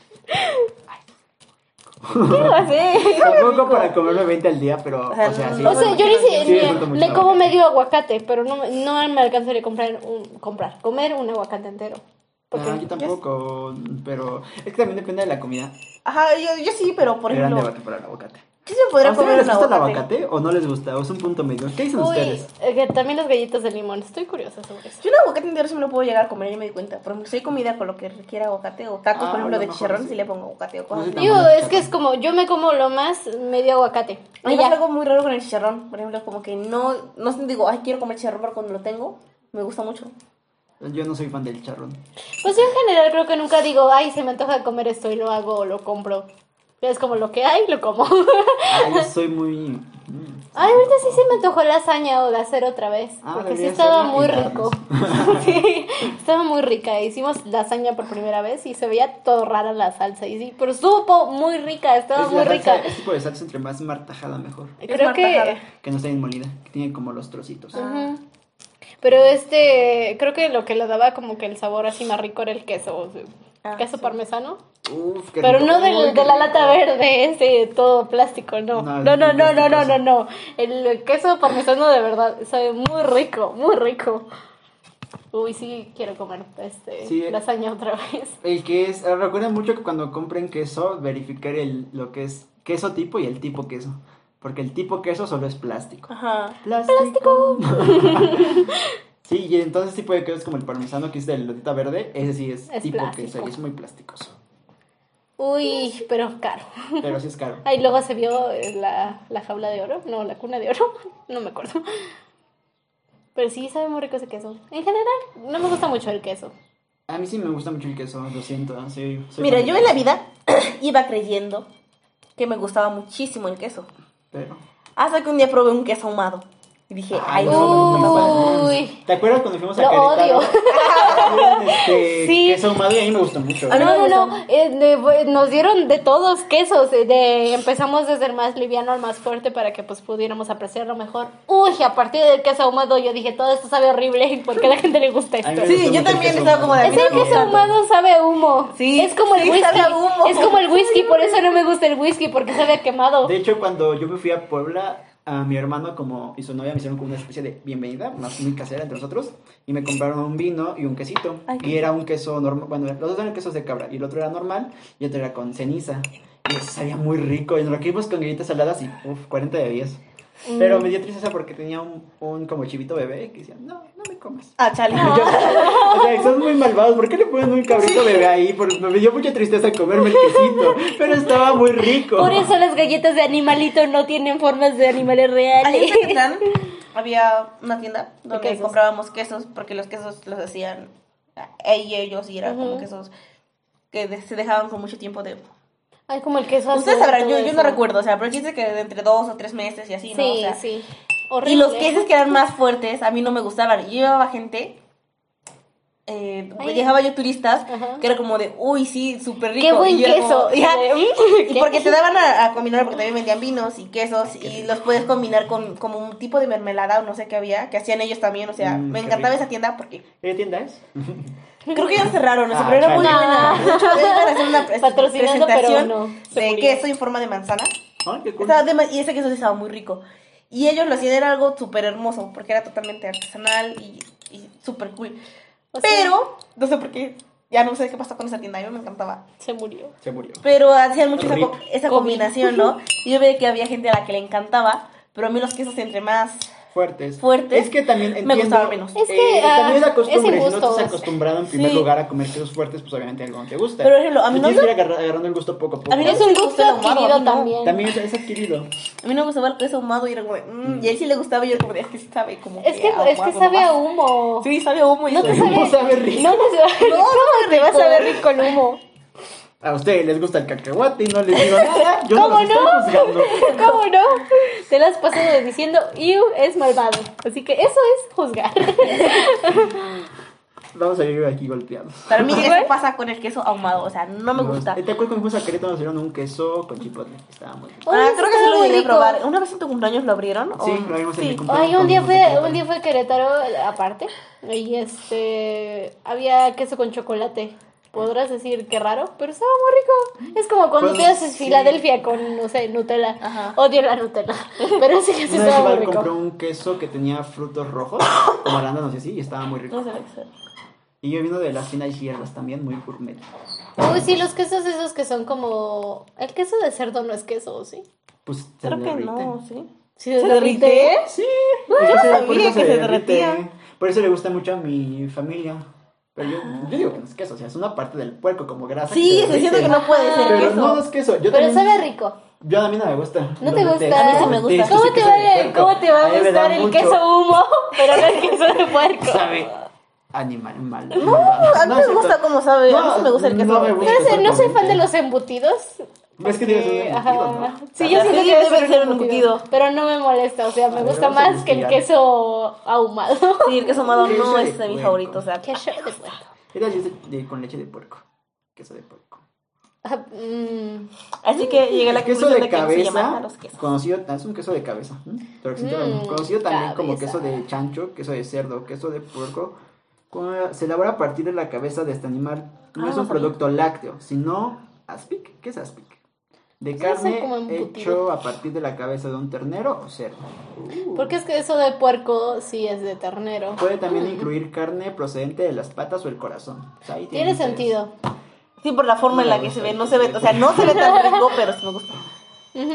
¿Qué va a hacer? Tampoco para comerme veinte al día, pero, o sea, sí. O sea, yo ni si, Sí, disfruto ni- mucho le el como aguacate. medio aguacate, pero no, me- no me alcanzaría a comprar un, comprar, comer un aguacate entero. Porque No, yo tampoco, pero es que también depende de la comida. Ajá, yo, yo sí, pero por Gran ejemplo, debate para el aguacate. sí se podría ¿A ustedes comer les un gusta el aguacate. aguacate o no les gusta? ¿O es un punto medio? ¿Qué dicen Uy, ustedes? eh, que también las galletas de limón, estoy curiosa sobre eso. Yo un aguacate entero sí me lo puedo llegar a comer, ya me di cuenta. Por ejemplo, si hay comida con lo que requiera aguacate o tacos, Ah, por ejemplo, a lo de mejor chicharrón, sí. sí le pongo aguacate o cosas No sé así. tan Digo, bueno el es que es como, yo me como lo más medio aguacate. A mí Y me pasa ya. algo muy raro con el chicharrón. Por ejemplo, como que no, no sé, digo, ay, quiero comer chicharrón, pero cuando lo tengo, me gusta mucho. Yo no soy fan del charrón. Pues yo en general creo que nunca digo, ay, se me antoja comer esto y lo hago o lo compro. Es como lo que hay, lo como. Ah, yo soy muy... mm, Ay, ahorita sí se me antojó lasaña o de hacer otra vez. Ah, Porque sí debería estaba hacerla muy y rico. Sí, estaba muy rica. Hicimos lasaña por primera vez y se veía todo rara la salsa. Y sí, pero estuvo muy rica, estaba Es muy la salsa- rica. Este tipo de salsa entre más martajada mejor. Creo que... martajada. Que no esté bien molida, que tiene como los trocitos. Ujú. Pero este, creo que lo que le daba como que el sabor así más rico era el queso. O sea, Ah, queso sí. parmesano. Uf, qué Pero rico. no Uy, del, qué de la rico. lata verde, ese todo plástico, no. No, No, es no, muy no, no, no, no, plasticoso. no. El queso parmesano de verdad sabe muy rico, muy rico. Uy, sí, quiero comer este Sí. lasaña otra vez. El que es... ah, recuerden mucho que cuando compren queso, verificar el, lo que es queso tipo y el tipo queso. Porque el tipo queso solo es plástico. Ajá. ¡Plástico! Sí, y entonces tipo de queso es como el parmesano, que es de lotita verde. Ese sí es, Es tipo plástico. queso y es muy plasticoso. Uy, pero caro. Pero sí es caro. Ahí luego se vio eh, la, la jaula de oro, no, la cuna de oro, no me acuerdo. Pero sí sabe muy rico ese queso. En general, no me gusta mucho el queso. A mí sí me gusta mucho el queso, lo siento. Sí, soy Mira, fan yo del en la queso, vida iba creyendo que me gustaba muchísimo el queso. Pero... Hasta que un día probé un queso ahumado. Y dije, ay, Ay, no, no, no, no, no, no. Uy. ¿Te acuerdas cuando fuimos a Lo Querétaro? odio. Habían, este, Sí. queso ahumado y a mí me gustó mucho. A mí No, me no, gustó. no, eh, de- nos dieron de todos quesos, eh, de, empezamos desde el más liviano al más fuerte para que pues pudiéramos apreciarlo mejor. Uy, a partir del queso ahumado yo dije, todo esto sabe horrible, ¿por qué a la gente le gusta A mí esto? me Sí, gustó yo mucho el también queso estaba como de- ahumado. Es el queso ahumado sabe a humo. Sí, es como el sí, whisky. sabe a humo. Es como el whisky, por eso no me gusta el whisky, porque sabe a quemado. De hecho, cuando yo me fui a Puebla, a mi hermano como y su novia me hicieron como una especie de bienvenida, más muy casera entre nosotros, y me compraron un vino y un quesito. Ay, qué y era un queso normal, bueno, los dos eran quesos de cabra, y el otro era normal, y otro era con ceniza. Y eso sabía muy rico, y nos lo quedamos con galletas saladas y, uff, cuarenta de diez. Pero me dio tristeza porque tenía un, un como chivito bebé que decía, no, no me comas. Ah, chale. Y yo, o sea, son muy malvados, ¿por qué le ponen un cabrito bebé ahí? Por- me dio mucha tristeza comerme el quesito, pero estaba muy rico. Por eso las galletas de animalito no tienen formas de animales Ahí reales. en Tequetlán había una tienda donde quesos. comprábamos quesos, porque los quesos los hacían ella y ellos, y eran como Ujú. quesos que de- se dejaban con mucho tiempo de... Ay, como el queso azul. Ustedes sabrán, yo, todo yo no eso. recuerdo, o sea, pero el chiste es que de entre dos o tres meses y así, ¿no? Sí, O sea, sí. y Horrible. los quesos que eran más fuertes a mí no me gustaban. Yo llevaba gente, eh, Ay. llevaba yo turistas, Ajá. que era como de, uy, sí, súper rico. Qué buen y yo era queso. como, ya, Y y porque te daban a, a combinar, porque también vendían vinos y quesos, y los puedes combinar con como un tipo de mermelada o no sé qué había, que hacían ellos también, o sea, Mm, me qué encantaba rico. esa tienda porque ¿Qué tienda es? creo que ya lo cerraron, no sé, Ah, pero era muy chale. buena. De hecho, iban a hacer una pres- Patrocinando, presentación pero no, se de murió. queso en forma de manzana. Ay, qué cool. Estaba dema- y ese queso sí estaba muy rico. Y ellos lo hacían, era algo súper hermoso, porque era totalmente artesanal y, y súper cool. O sea- Pero, no sé por qué, Ya no sé qué pasó con esa tienda, a mí me encantaba. Se murió. Se murió. Pero hacían mucho esa, Rip. co- esa Covid. combinación, ¿no? Y yo veía que había gente a la que le encantaba, pero a mí los quesos entre más... Fuertes. Fuertes. Es que también Me entiendo. gustaban menos. Es que, eh, también es ah, la costumbre. es Si no injusto. estás acostumbrado en primer Sí. lugar a comer quesos fuertes, pues obviamente algo no te gusta. Pero, por ejemplo, a mí Tú no tienes me- que ir agarra- agarrando el gusto poco a poco. A mí no Es me un gusta gusto el ahumado, a adquirido mí no. también. También es, es adquirido. A mí no me gustaba el queso ahumado y era como, mm, y a él sí le gustaba y yo era como, de, es que sí sabe como Es que, es que ahumado sabe a nomás". humo. Sí, sabe a humo. Y No te yo- sabe, sabe rico. No te sabe, No, no ¿cómo sabe te va a rico. saber rico el humo? A ustedes les gusta el cacahuate y no les digo nada. Yo ¿Cómo no los no? estoy juzgando. ¿Cómo no? Te lo has pasado diciendo, Iu es malvado. Así que eso es juzgar. Vamos a ir aquí golpeados. Para mí ¿Igual? eso pasa con el queso ahumado, o sea, no me gusta. ¿Te acuerdas cuando fuimos a Querétaro nos dieron un queso con chipotle? Estaba muy rico. Oye, Ah, eso creo que sí estaba lo muy llegué a rico. probar. ¿Una vez en tu cumpleaños lo abrieron? Sí, ¿O- lo vimos en mi sí. cumpleaños. Ay, un día Cuando fuimos a fue, Querétaro. un día fue Querétaro aparte. Y este había queso con chocolate. Podrás decir que raro, pero estaba muy rico. Es como cuando Pues, te haces sí. Filadelfia con, no sé, Nutella. Ajá. Odio la Nutella. Pero sí que sí Una vez estaba muy igual rico. compré un queso que tenía frutos rojos, como arándanos y así, y estaba muy rico. No sé lo que sea. Y yo vino de las tiendas hierbas también, muy gourmet. Uy, sí, los quesos esos que son como... El queso de cerdo no es queso, ¿sí? Pues se Creo que derrite. no, sí. ¿Sí ¿Se derrite? Sí, yo es que no se- sabía por eso que se derretía. Por eso le gusta mucho a mi familia. Pero yo, yo digo que no es queso, o sea, es una parte del puerco como grasa. que Sí, se se siente derrite. que no puede ser Pero queso. no, no es queso. Yo Pero también- sabe rico. Yo a mí no me gusta. ¿No Lo te detesto, gusta? A mí sí me lo gusta. detesto, ¿Cómo ese te, queso va, de a- puerco. ¿Cómo te va a mí me da gustar el mucho- queso humo, pero no el queso de puerco? Sabe animal mal. No, a mí me gusta cómo sabe. A mí sí me gusta el queso. No me gusta. No, sé, no soy fan exactamente. de los embutidos. Es que debe ser un Eh, embutido, ajá. ¿no? Sí, yo Ajá, siento sí, que debe debe ser ser un un embutido. embutido. Pero no me molesta, o sea, me A ver, gusta vamos a más que el investigar. queso ahumado. Sí, el queso ahumado Queso no de es de mi puerco. favorito, o sea. Queso de puerco. Era yo de, de- con leche de puerco. Queso de puerco. Ah, mm, Así que llegué a la El queso conclusión de de que no se llaman a cabeza, los quesos. conocido, ah, es un queso de cabeza. ¿m? Pero existe Mm, lo- conocido también como cabeza. queso de chancho, queso de cerdo, queso de puerco. cu- Se elabora a partir de la cabeza de este animal. No Ah, es no un sabía. producto lácteo, sino aspic. ¿Qué es aspic? De Debe ser carne como embutido. hecho a partir de la cabeza de un ternero o cerdo. porque es que eso de puerco sí es de ternero. Puede también incluir carne procedente de las patas o el corazón. O sea, ahí Tiene tienen ustedes. sentido. Sí, por la forma en No la me que se gusta ve, no el se ve, queso o sea, de no se ve tan rico, pero sí me gusta. Ujú.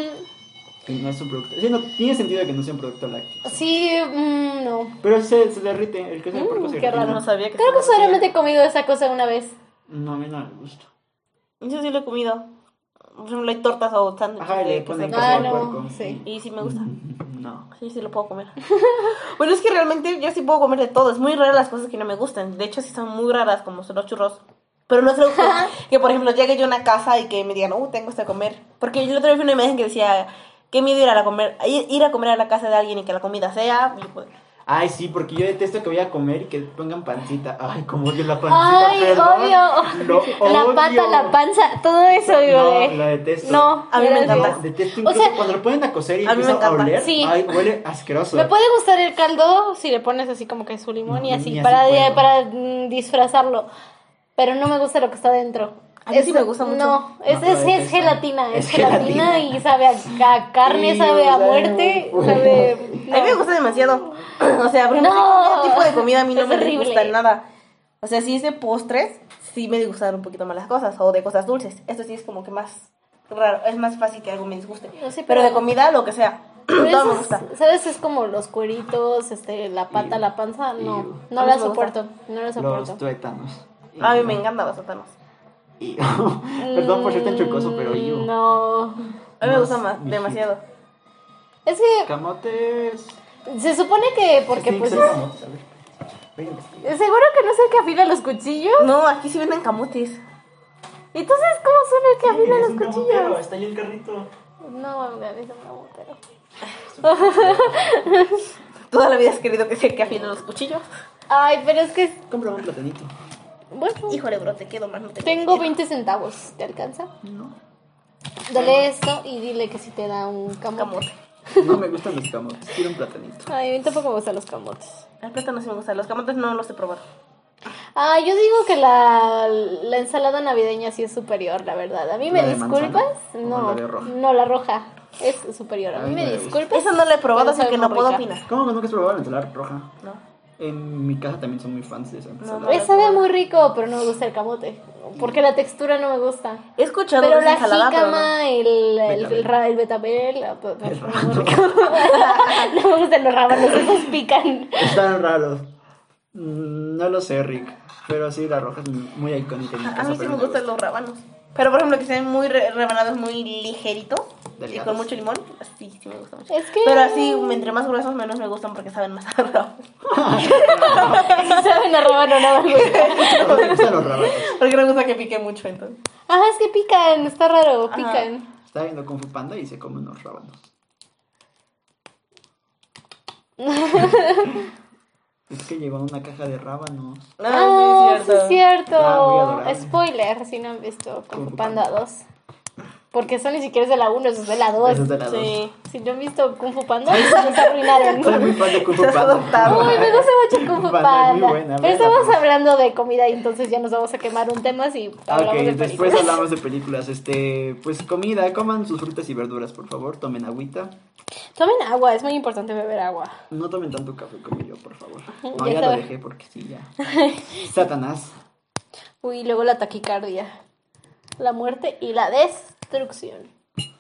Y no es un producto. Sí, no, tiene sentido de que no sea un producto lácteo. Sí, mm, no. Pero se, se derrite, el queso de puerco Mm, se qué derrite. raro. No sabía que Creo que se derretía. solamente he comido esa cosa una vez. No, a mí no me gusta. Yo sí lo he comido. Por ejemplo, hay tortas o sándwiches Ajá, de le queso ponen de queso Ah, de puerco. no, puerco. sí. Y sí me gusta. No. Sí, sí lo puedo comer. Bueno, es que realmente yo sí puedo comer de todo. Es muy rara las cosas que no me gustan. De hecho, sí son muy raras, como son los churros. Pero no es algo que, que, por ejemplo, llegue yo a una casa y que me digan, uh, tengo esto de comer. Porque yo la otra vez vi una imagen que decía, qué miedo ir a, la comer, ir, ir a comer a la casa de alguien y que la comida sea... yo puedo- Ay, sí, porque yo detesto que voy a comer y que pongan pancita. Ay, como odio la pancita, Ay, perdón. odio. Lo La odio. pata, la panza, todo eso, digo No, de... la detesto. No, A mí me gracias. encanta. No, detesto O incluso sea, cuando lo ponen a cocer y a mí me empieza a encanta. oler. Sí. Ay, huele asqueroso. Me puede gustar el caldo si le pones así como que su limón No, y así, ni así para, puedo. para mm, disfrazarlo. Pero no me gusta lo que está dentro. A mí sí me gusta mucho. No, es, No, es, lo es detesto. gelatina, es, Es gelatina, gelatina. y sabe a, a carne, Y, sabe a o sea, muerte, uy. sabe... A mí me gusta demasiado. O sea, por ejemplo, No. ese tipo de comida a mí no Es me horrible. gusta nada. O sea, si es de postres, sí me disgustan un poquito más las cosas. O de cosas dulces. Esto sí es como que más raro. Es más fácil que algo me disguste. No sé, pero, pero- de comida, lo que sea. Pero Todo eso me es- gusta. ¿Sabes? Es como los cueritos, este, la pata, la panza, no, Iu. no A mí la sí me gusta. soporto, no la Los soporto. tuétanos. A mí me encantan los sótanos. Y- Perdón por ser tan chocoso, pero yo. Mm, No, A mí me Más gusta más, mi demasiado. es que Camotes. se supone que porque Sí, pues son es- camotes, a ver. Voy a investigar. seguro que no es el que afila los cuchillos. No, aquí sí venden camotes. Entonces, ¿cómo son el que afila Es los un camotero, cuchillos? está ahí el carrito. No, me es un camotero. Toda la vida has querido que sea el que afile los cuchillos. Ay, pero es que, Compra un platanito. bueno, Híjole, bro, te quedo más. No te tengo veinte centavos, ¿te alcanza? No. Dale esto y dile que si te da un camote. camote. No me gustan los camotes, quiero un platanito. Ay, a mí tampoco me gustan los camotes. El plátano sí me gusta. Los camotes no los he probado. Ah, yo digo que la, la ensalada navideña sí es superior, la verdad. A mí me ¿La de disculpas. manzana? No, ¿O la de roja? no, la roja es superior. A A mí mí me no me gusta. disculpas. Esa no la he probado, pero así sabe que no muy puedo rica. opinar. ¿Cómo que nunca has probado la ensalada roja? No. En mi casa también son muy fans de esa ensalada. Me sabe muy rico, pero no me gusta el camote. Porque la textura no me gusta. He escuchado Pero de la esa ensalada, pero no. jícama, el, el, el, Betabel. ra- el betabel, la- pues, pues, no, me rico. No me gustan los rábanos, esos pican. Están raros. Mm, No lo sé, Rick. Pero sí, la roja es muy, muy icónica en mi A casa. mí sí pero me no gustan los rábanos. Pero por ejemplo, que sean muy re- rebanados, muy ligeritos y Delgados. con mucho limón, sí, sí me gusta mucho. Es que- Pero así, entre más gruesos, menos me gustan porque saben más a rábano. Saben a rábano, no me gusta. No me gustan los rábanos. Porque no me gusta que pique mucho, entonces. Ajá, es que pican, está raro, Ajá. pican. Estaba viendo Kung Fu Panda y se comen unos rábanos. Es que llegó una caja de rábanos. Ah, sí es cierto. Ah, muy adorable. Spoiler, si no han visto Kung Kung Fu Fu Panda Panda. dos. Porque eso ni siquiera es de la uno, eso es de la dos. Eso es de la dos. Sí. Si no han visto Kung Fu Panda, se los arruinaron. Soy muy fan de Kung Fu Estás Panda. adoptado. Uy, me gusta mucho Kung Fu Panda es muy Panda. buena, Pero véanla, estamos pues. hablando de comida y entonces ya nos vamos a quemar un tema si hablamos Ok, de después películas. hablamos de películas. Este, pues comida, coman sus frutas y verduras, por favor. Tomen agüita. Tomen agua, es muy importante beber agua. No tomen tanto café como yo, por favor. No, Ya ya lo sabe. dejé porque sí, ya. Satanás. Uy, luego la taquicardia, la muerte y la destrucción.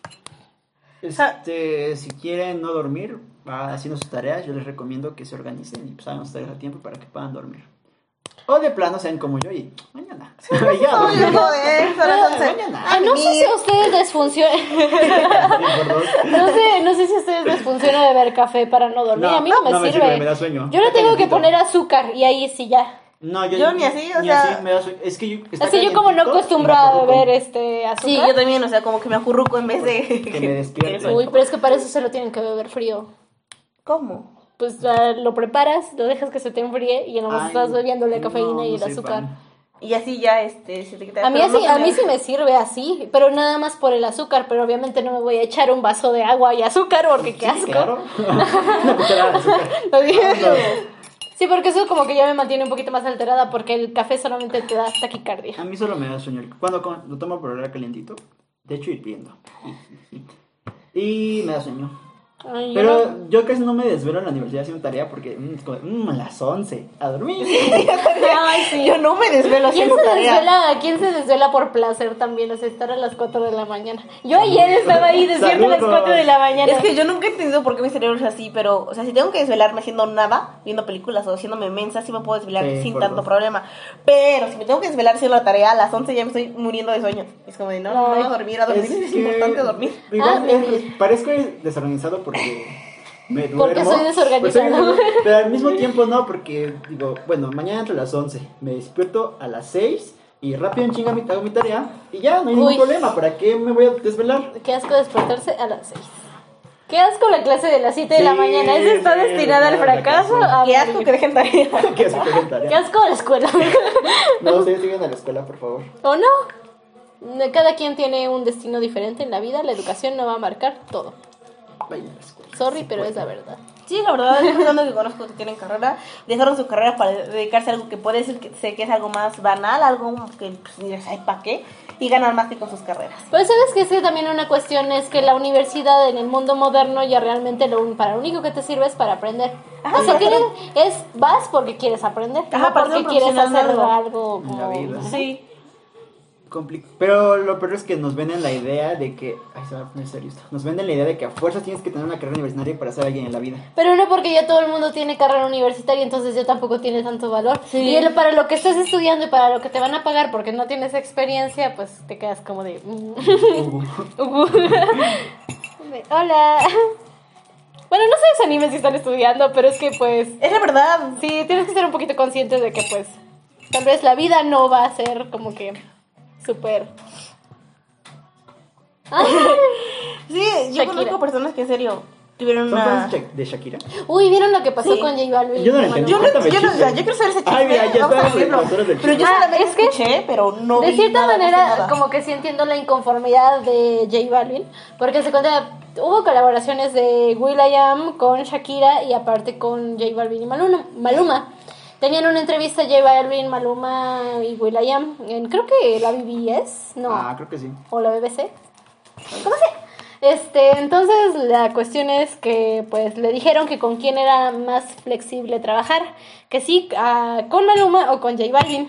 Este, si quieren no dormir, ah, haciendo sus tareas, yo les recomiendo que se organicen y pues hagan sus tareas a tiempo para que puedan dormir. O de plano sean como yo y mañana. ya, No, yo dormir. no, eh, son las once. Mañana. Ah, no sé si a ustedes les funciona. Por dos. No sé, no sé si a ustedes les funciona beber café para no dormir. No, a mí no me no me sirve. sirve, me da sueño. Yo le Está tengo que calentito. poner azúcar y ahí sí ya. No, yo, Yo ni así, o ni sea- así me da sueño. Es que yo, está Es que yo como no calientito, acostumbro me a acurruco. beber este azúcar. Sí, yo también, o sea, como que me acurruco en vez de... Que me despierte. Eso. Uy, pero es que para eso se lo tienen que beber frío. ¿Cómo? Pues ah, lo preparas, lo dejas que se te enfríe y nomás Ay, estás bebiendo la no, cafeína y no el soy azúcar. fan. Y así ya, este, se te quita... A mí, pero así, no a se mí sí me sirve así, pero nada más por el azúcar, pero obviamente no me voy a echar un vaso de agua y azúcar porque qué Sí, asco. claro. Una cucharada de azúcar. Así es. Vámonos. Sí, porque eso como que ya me mantiene un poquito más alterada porque el café solamente te da taquicardia. A mí solo me da sueño. Cuando co- lo tomo por hora calientito, de hecho hirviendo. Y me da sueño. Ay, yo no- Pero yo casi no me desvelo en la universidad haciendo tarea porque mm, es como, mm, a las once, a dormir. Ay, sí. Yo no me desvelo ¿Quién haciendo se, tarea. desvela, ¿Quién se desvela por placer también? O sea, estar a las cuatro de la mañana. Yo ayer estaba ahí despierta a las Saludos. cuatro de la mañana. Es que yo nunca he entendido por qué mi cerebro es así, pero, o sea, si tengo que desvelarme haciendo nada, viendo películas o haciéndome mensa, sí me puedo desvelar Sí, sin por tanto dos. problema. Pero si me tengo que desvelar haciendo la tarea a las once ya me estoy muriendo de sueño. Es como de, no, no, Ay. a dormir, a dormir, es, que- importante dormir. Igual Ah, es- parezco desorganizado porque me duermo. Porque soy desorganizado. Pues soy- pero al mismo tiempo no, porque digo, bueno, mañana entre las once, me despierto a las seis y rápido en chinga mi- hago mi tarea y ya, no hay ningún Uy. problema. ¿Para qué me voy a desvelar? Qué asco despertarse a las seis. Qué asco la clase de las siete de la Sí, mañana. Esa está sí, destinada al la fracaso. clase. a Qué asco morir. que dejen tarea. ¿Qué hace con tarea? Qué asco la escuela. No, ustedes siguen a la escuela, por favor. ¿O no? Cada quien tiene un destino diferente en la vida. La educación no va a marcar todo. Vayan a la escuela. Sorry, Sí pero pueden. es la verdad. Sí, la verdad, hay personas que conozco que tienen carrera, dejaron su carrera para dedicarse a algo que puede ser que, sé que es algo más banal, algo que pues, ni sabes para qué, y ganan más que con sus carreras. Pues sabes que sí, también una cuestión es que la universidad en el mundo moderno ya realmente lo, un- para lo único que te sirve es para aprender. Ajá, o sea, para tienes, hacer- es, vas porque quieres aprender, Ajá, no para ser porque un quieres profesional hacer en algo. algo En la como... vida. Sí. Compli- Pero lo peor es que nos venden la idea de que. Ay, se va a poner serio esto. Nos venden la idea de que a fuerzas tienes que tener una carrera universitaria para ser alguien en la vida. Pero no porque ya todo el mundo tiene carrera universitaria, entonces ya tampoco tiene tanto valor. Sí. Y el- para lo que estás estudiando y para lo que te van a pagar porque no tienes experiencia, pues te quedas como de... mm. Uh, Hola. Bueno, no se desanimen si están estudiando, pero es que pues... Es la verdad. Sí, tienes que ser un poquito consciente de que pues... Tal vez la vida no va a ser como que... Súper... Ah. Sí, yo Shakira. conozco personas que en serio tuvieron ¿Son una... fans de Sha- de Shakira? Uy, ¿vieron lo que pasó Sí. con J Balvin? Yo no lo Bueno, entendí. Yo no, Cuéntame yo, no, chisme. o sea, yo quiero saber ese chisme, Ay, mira, ya vamos a sabes, abrirlo. autores del Pero yo chisme. Ah, solamente es que escuché, pero no de vi cierta nada, no sé manera, nada. como que sí entiendo la inconformidad de J Balvin, porque se cuenta, hubo colaboraciones de will.i.am con Shakira y aparte con J Balvin y Maluma. Maluma. Tenían una entrevista J Balvin, Maluma y will.i.am en creo que la B B S, no, Ah, creo que sí. o la B B C, ¿cómo se? Este, entonces la cuestión es que pues le dijeron que con quién era más flexible trabajar, que sí, uh, con Maluma o con J Balvin.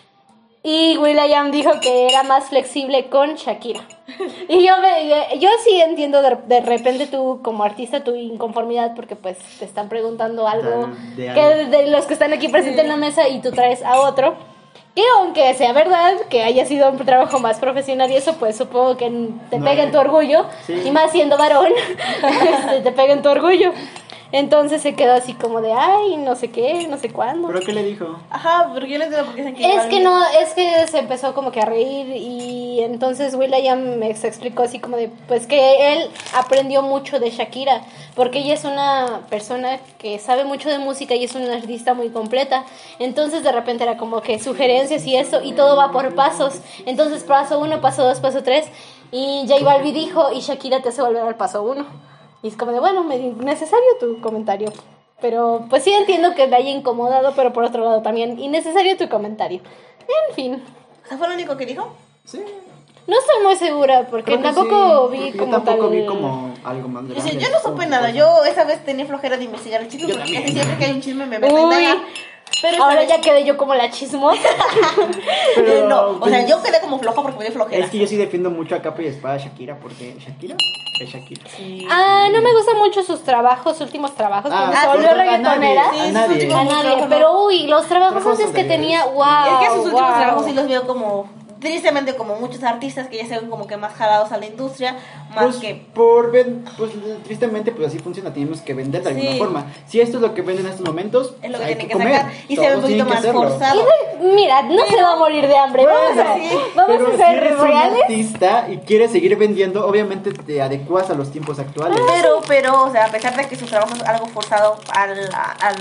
Y will.i.am dijo que era más flexible con Shakira. Y yo me, yo sí entiendo de, de repente tú como artista tu inconformidad porque pues te están preguntando algo De- de que algo. de los que están aquí presentes en la mesa y tú traes a otro. Y aunque sea verdad que haya sido un trabajo más profesional y eso, pues supongo que te No, pega en tu eh. orgullo. Sí. Y más siendo varón, este, te pega en tu orgullo. Entonces se quedó así como de, ay, no sé qué, no sé cuándo. ¿Pero qué le dijo? Ajá, pero yo no entiendo por qué dicen que... Es J que Balvin- no, es que se empezó como que a reír y entonces will.i.am me se explicó así como de, pues que él aprendió mucho de Shakira, porque ella es una persona que sabe mucho de música y es una artista muy completa, entonces de repente era como que sugerencias y eso, y todo va por pasos, entonces paso uno, paso dos, paso tres, y J Balvin dijo, y Shakira te hace volver al paso uno, y es como de, bueno, me, necesario tu comentario. Pero pues sí entiendo que me haya incomodado, pero por otro lado también innecesario tu comentario. En fin, O sea, ¿fue lo único que dijo? Sí. no estoy muy segura porque Creo que tampoco sí, vi porque como yo tampoco tal... vi como algo más Yo, grande. sí, yo no supe nada. Yo esa vez tenía flojera de investigar el chisme Yo porque también. casi siempre que hay un chisme me meto a Uy, indagar. Pero esa ahora vez- ya quedé yo como la chismosa. Eh, no, o sea, pues, yo quedé como floja porque me dio flojera. Es que yo sí defiendo mucho a capa y espada a Shakira porque Shakira es Shakira. Sí. Ah, no me gustan mucho sus trabajos, últimos trabajos, Ah, porque se ah, volvió sí, a reggaetonera. nadie, a Sí, nadie. sus últimos A nadie, trabajos, pero no. uy, los trabajos Trabajos antes que anteriores. tenía, wow. Es que sus últimos wow. trabajos sí los veo como, tristemente, como muchos artistas que ya se ven como que más jalados a la industria, más Pues, que... por ven, pues tristemente pues así funciona, tenemos que vender de alguna Sí. forma. Si esto es lo que venden en estos momentos, Es lo que hay tienen que, comer. sacar y se ve un Todos poquito tienen que más hacerlo. forzado. Mira, no se va a morir de hambre, vamos a, sí. vamos Pero a si ser eres un reales. artista y quieres seguir vendiendo, obviamente te adecuas a los tiempos actuales. Pero, pero, o sea, a pesar de que su trabajo es algo forzado al, al,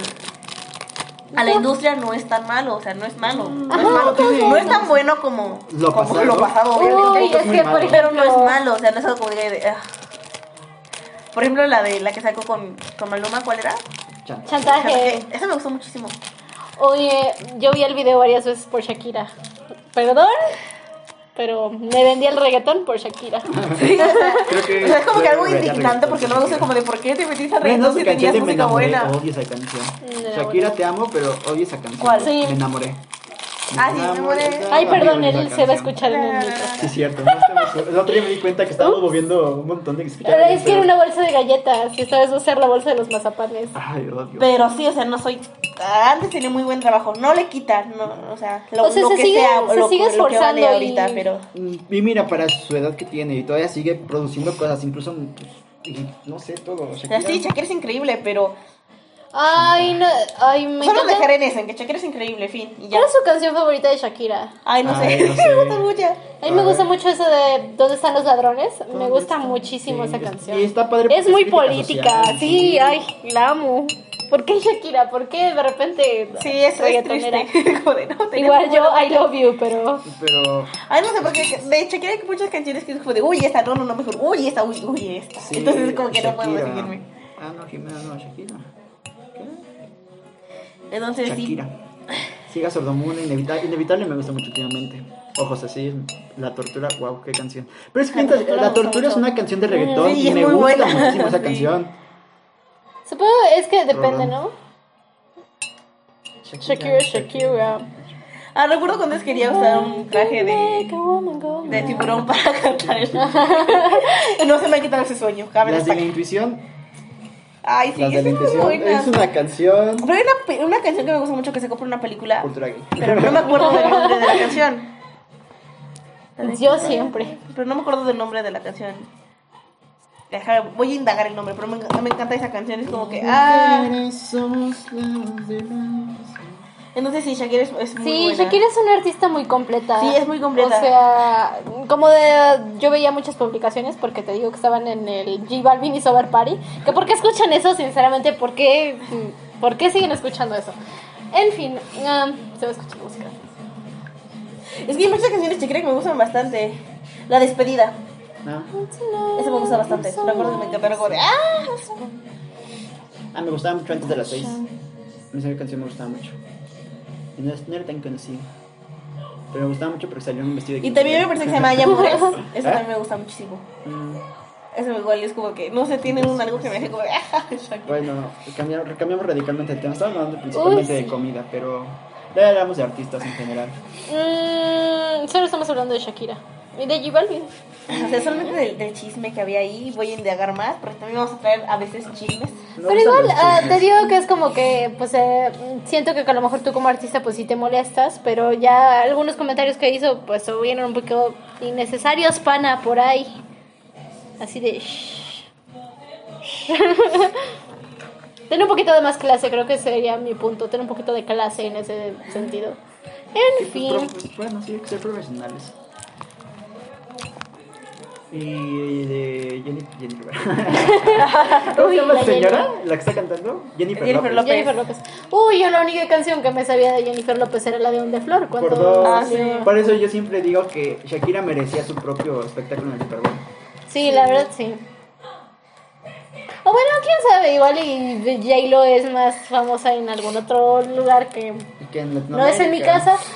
a la industria, no es tan malo, o sea, no es malo. No, Ajá, es, malo. tiene- No es tan bueno como Lo como pasado. lo pasado, obviamente. Uy, Tampoco es es muy que malo. por Pero no es ejemplo, malo, o sea, no es algo como diga de... ah. Por ejemplo, la de la que sacó con, con Maluma, ¿cuál era? Chan. chantaje. Esa me gustó muchísimo. Oye, yo vi el video varias veces por Shakira. Perdón, pero me vendí el reggaetón por Shakira. Sí, o sea, Creo que o sea, es como que algo debería indignante regresar porque no me gusta como de por qué te metiste al Bueno, reggaetón su si canción tenías de Me música enamoré, buena. odio esa canción. Me enamoré. Shakira, te amo, pero odio esa canción. ¿Cuál? Sí. Me enamoré. Ah, sí, me enamoré. Ay, perdón, Odio esa él se va a canción. escuchar en el micro. Sí, cierto. No estamos- el otro día me di cuenta que estábamos moviendo un montón de Pero es que era una bolsa de galletas y esta vez va a ser la bolsa de los mazapanes. Ay, odio. Pero sí, o sea, no soy... Antes tenía muy buen trabajo. No le quitas, no, o sea, lo, O sea, lo se que sigue- sea, se lo, sigue lo que vale esforzando ahorita, y- pero... Y mira, para su edad que tiene y todavía sigue produciendo cosas, incluso, pues, y no sé, todo. O sea, sí, Shakira es increíble, pero... Ay, no, ay, me Solo encanta. dejaré en eso, en que Shakira es increíble, fin, y ya. ¿Cuál es su canción favorita de Shakira? Ay, no Ay, sé, no sé. me gusta mucho. A mí me A gusta ver. mucho eso de ¿Dónde están los ladrones? Me ¿Dónde gusta están? muchísimo Sí, esa es- canción. y está padre Es porque muy es crítica política, social, sí, sí. ay, la amo. ¿Por qué Shakira? ¿Por qué de repente Sí, es, es reggaetonera? triste. Como de, no, tenía Igual muy yo, buena I love you, pero... Pero. Ay, no sé, porque de Shakira hay muchas canciones que es como de, uy, esta, no, no, no, mejor, uy, esta, uy, uy, esta. Sí, Entonces como que no puedo Shakira. decidirme. Ah, no, Jimena, no, Shakira. Entonces Shakira. Siga Sordomundo, inevitable, inevitable me gusta mucho últimamente. Ojos así, La Tortura, wow, qué canción. Pero es que La La, Tortura me La gusta Tortura es mucho. una canción de reggaetón Sí, y es me muy gusta buena. muchísimo esa Sí. canción. Supongo, es que depende, Rola. ¿no? Shakira, Shakira. Ah, recuerdo cuando quería usar un traje de, de tiburón para cantar eso. No se me ha quitado ese sueño, cabe Las de la destacar. intuición, Ay, sí, las de es la muy intuición, buena. es una canción Pero hay una, pe- una canción que me gusta mucho que se compra una película, cultura gay. pero no me acuerdo del nombre de la canción. Yo siempre. Pero no me acuerdo del nombre de la canción. Déjame, voy a indagar el nombre, pero me, me encanta esa canción. Es como que, ah. Somos las demás. Entonces sí, Shakira es, es muy Sí, buena. Shakira es una artista muy completa. Sí, es muy completa. O sea, como de... Yo veía muchas publicaciones porque te digo que estaban en el J Balvin y Sober Party. Que ¿por qué escuchan eso? Sinceramente, ¿por qué, ¿por qué siguen escuchando eso? En fin, um, se va a escuchar música. Es que hay muchas canciones de Shakira que me gustan bastante. La despedida. ¿No? Esa me gusta bastante. Me acuerdo que me encantaron como de, ah. Ah, me gustaba mucho antes de las seis. Esa canción me gustaba mucho. Y no, no era tan conocido. Pero me gustaba mucho porque salió en un vestido de Y también hay una persona que se llama Aya Mores. Esa ¿Eh? también me gusta muchísimo. Mm, Eso igual es como que, no sé, tienen un algo que me deje como de, ah, Shakira. Bueno, cambiamos, cambiamos radicalmente el tema. Estamos hablando principalmente Uy, sí. de comida, pero ya hablamos de artistas en general. Mm, solo estamos hablando de Shakira. Y de J Balvin. O sea, solamente del, del chisme que había ahí voy a indagar más, porque también vamos a traer a veces chismes. No Pero gustan igual, los ah, chismes. te digo que es como que, pues, eh, siento que a lo mejor tú como artista, pues sí te molestas, pero ya algunos comentarios que hizo, pues, subieron un poco innecesarios, pana, por ahí. Así de... shh. Ten un poquito de más clase, creo que sería mi punto, tener un poquito de clase en ese sentido. En fin. Pro- pues, bueno, sí, hay que ser profesionales. Y de Jenny- Jennifer. ¿Cómo Uy, se llama la la señora? Jenny. ¿La que está cantando? Jennifer, Jennifer López. López. Jennifer López. Uy, yo la única canción que me sabía de Jennifer López era la de Un de Flor. Cuando Por dos. Ah, salió. sí. Por eso yo siempre digo que Shakira merecía su propio espectáculo en el Super Bowl. Sí, la verdad sí. O bueno, quién sabe, igual y J-Lo es más famosa en algún otro lugar que Y que en no es en mi Latinoamérica- casa.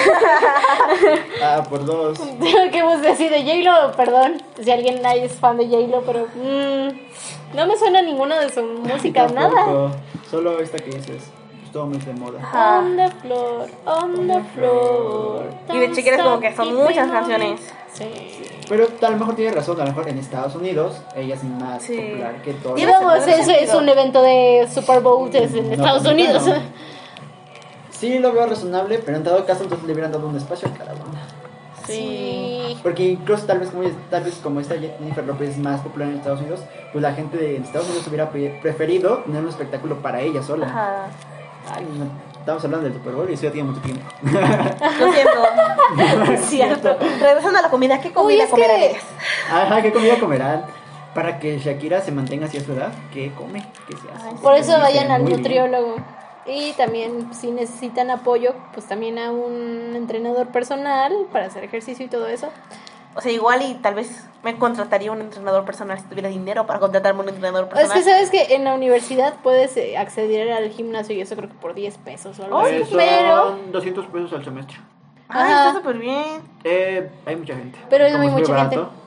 Ah, por dos. ¿Qué vos decís de J-Lo? Perdón, si alguien ahí es fan de J-Lo, pero mm, no me suena ninguna de su música, nada. Tampoco. Solo esta que dices. Estuvo muy de moda. Ajá. On the floor, on the floor. Y de Shakira es como que son Don't muchas stop canciones. Sí. Pero a lo mejor tiene razón, a lo mejor en Estados Unidos ella es más Sí. popular que todo. Y Digamos, Tiene eso es sentido. un evento de Super Bowl es en No, Estados pues, Unidos. claro. Sí, lo veo razonable, pero en todo caso entonces le hubieran dado un espacio a cada banda. Sí. Porque incluso tal vez como, tal vez como esta Jennifer López es más popular en Estados Unidos, pues la gente de Estados Unidos hubiera pre- preferido tener un espectáculo para ella sola. Ajá. Ay, no, estamos hablando del Super Bowl y eso ya tiene mucho tiempo. Lo siento. Es cierto. Regresando a la comida, ¿qué comida Uy, es que- comerías? Ajá, ¿qué comida comerán? Para que Shakira se mantenga así a su edad, ¿qué come? ¿Qué se hace? Ay, Por eso Dice vayan al muy bien. nutriólogo. Y también si necesitan apoyo, pues también a un entrenador personal para hacer ejercicio y todo eso. O sea, igual y tal vez me contrataría un entrenador personal si tuviera dinero para contratarme un entrenador Es personal. que sabes que en la universidad puedes eh, acceder al gimnasio y eso creo que por diez pesos o algo Ay, así. Eh, Pero, son doscientos pesos al semestre. Ay, Ajá. está súper bien. Eh, hay mucha gente. Pero es Como muy muy mucha barato. gente.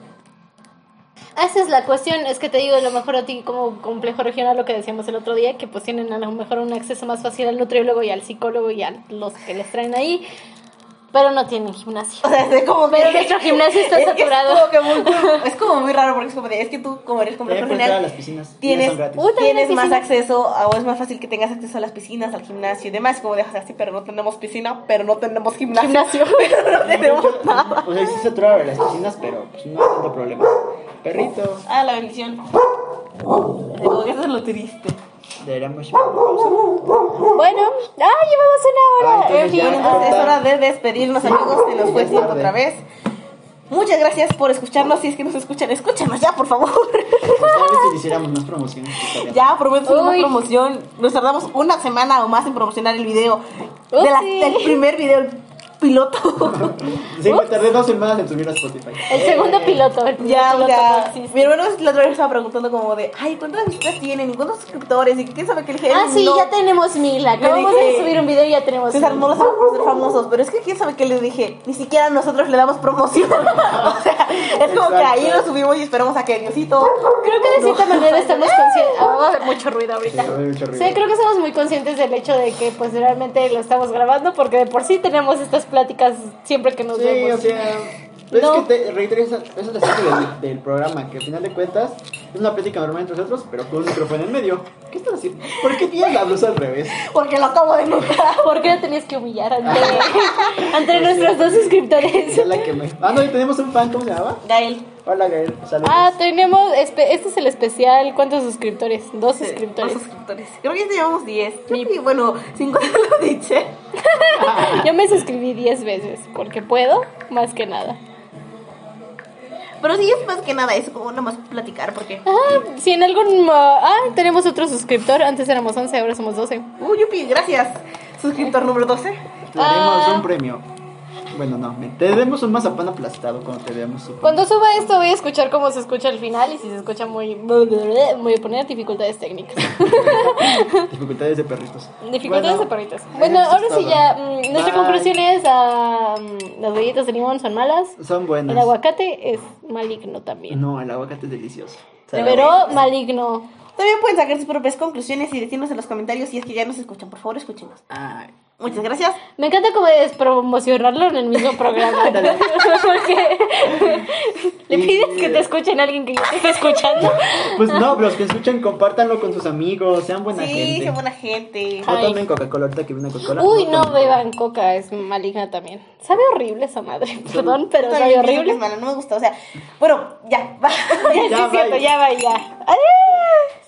esa es la cuestión, es que te digo, a lo mejor a ti como complejo regional, lo que decíamos el otro día, que pues tienen a lo mejor un acceso más fácil al nutriólogo y al psicólogo y a los que les traen ahí, pero no tienen gimnasio. O sea, es como que... Pero nuestro gimnasio está es que saturado. Es como, que muy, es como muy raro porque es como de, es que tú como eres complejo Eh, puedes entrar a regional las piscinas. y ya tienes, son gratis. Uy, también tienes hay más piscina. acceso a- o es más fácil que tengas acceso a las piscinas, al gimnasio y demás. Como de, o sea, sí, pero no tenemos piscina, pero no tenemos gimnasio. Gimnasio. Pero no tenemos nada. O sea, sí se satura las piscinas, pero pues, no hay tanto problema. Perrito. Ah, la bendición. Como que eso es lo triste. Deberíamos llevar una pausa. Bueno, ah, llevamos una hora. Ah, entonces En fin, ya. Bueno, entonces es hora de despedirnos, amigos. Se nos fue el tiempo otra vez. Muchas gracias por escucharnos. Si es que nos escuchan, escúchanos ya, por favor. Pues, tal vez si hiciéramos más promociones. estaría- Ya, prometo una Uy. promoción. Nos tardamos una semana o más en promocionar el video. Uy. De la- del primer video, el piloto. Sí, me tardé dos semanas en subir a Spotify. el segundo piloto. El primer Ya, o piloto no sea, existe. mi hermano la otra vez estaba preguntando como de, ay, ¿cuántas visitas tienen? ¿Y cuántos suscriptores? ¿Y quién sabe qué le dije? Ah, sí, No. ya tenemos mil. Acabamos dije- de subir un video y ya tenemos César, mil. no lo hacemos por ser famosos, pero es que quién sabe qué le dije. Ni siquiera nosotros le damos promoción. O sea, es como que ahí lo subimos y esperamos a que Diosito. Creo que de cierta manera estamos conscientes. Ah, va a haber mucho ruido ahorita. Sí, va a haber mucho ruido. Sí, creo que estamos muy conscientes del hecho de que pues realmente lo estamos grabando porque de por sí tenemos estas pláticas siempre que nos Sí, vemos. o sea, es No. que te reitero esa, esa es la esencia del, del programa, que al final de cuentas es una plática normal entre nosotros, pero con un micrófono en medio. ¿Qué estás haciendo? ¿Por qué tienes la blusa al revés? Porque lo acabo de notar. ¿Por qué lo tenías que humillar ante, ante Es nuestros cierto. dos suscriptores? Ya la quemé. Ah, no, y tenemos un fan, ¿cómo se llamaba? Gael. Hola, Gael, saludos. Ah, tenemos, espe- este es el especial, ¿cuántos suscriptores? Dos Sí, suscriptores. dos suscriptores. Creo que ya llevamos diez. Mi- Y bueno, cinco lo dice. Yo me suscribí diez veces porque puedo, más que nada. Pero sí es más que nada eso, como nada más platicar, porque. Ah, si en algún... ah, ah, tenemos otro suscriptor, antes éramos once, ahora somos doce. Uh, yupi, gracias. Suscriptor número doce. Le daremos ah. un premio. Bueno, no, me- te demos un mazapán aplastado cuando te veamos. supongo. Cuando suba esto voy a escuchar cómo se escucha al final y si se escucha muy... Voy a poner dificultades técnicas. Dificultades de perritos. Dificultades Bueno, de perritos. Bueno, eso ahora es sí todo. ya. mm, nuestra Bye. conclusión es: ah, mm, las galletas de limón son malas. Son buenas. El aguacate es maligno también. No, el aguacate es delicioso. Pero maligno. También pueden sacar sus propias conclusiones y decirnos en los comentarios si es que ya nos escuchan. Por favor, escúchenos. Ay. Muchas gracias. Me encanta cómo es promocionarlo en el mismo programa. Porque le pides que te escuchen a alguien que ya te está escuchando. Pues no, pero los que escuchan, compártanlo con sus amigos, sean buena Sí, gente. qué buena gente. No Ay. tomen Coca-Cola ahorita que viene Coca-Cola. Uy, no tomen. beban coca, es maligna también. Sabe horrible esa madre. Perdón, pero Yo sabe también pienso que horrible. es mala, no me gusta. O sea, bueno, ya, va. Ya, sí, Ya, es cierto, bye. ya va, ya. Adiós.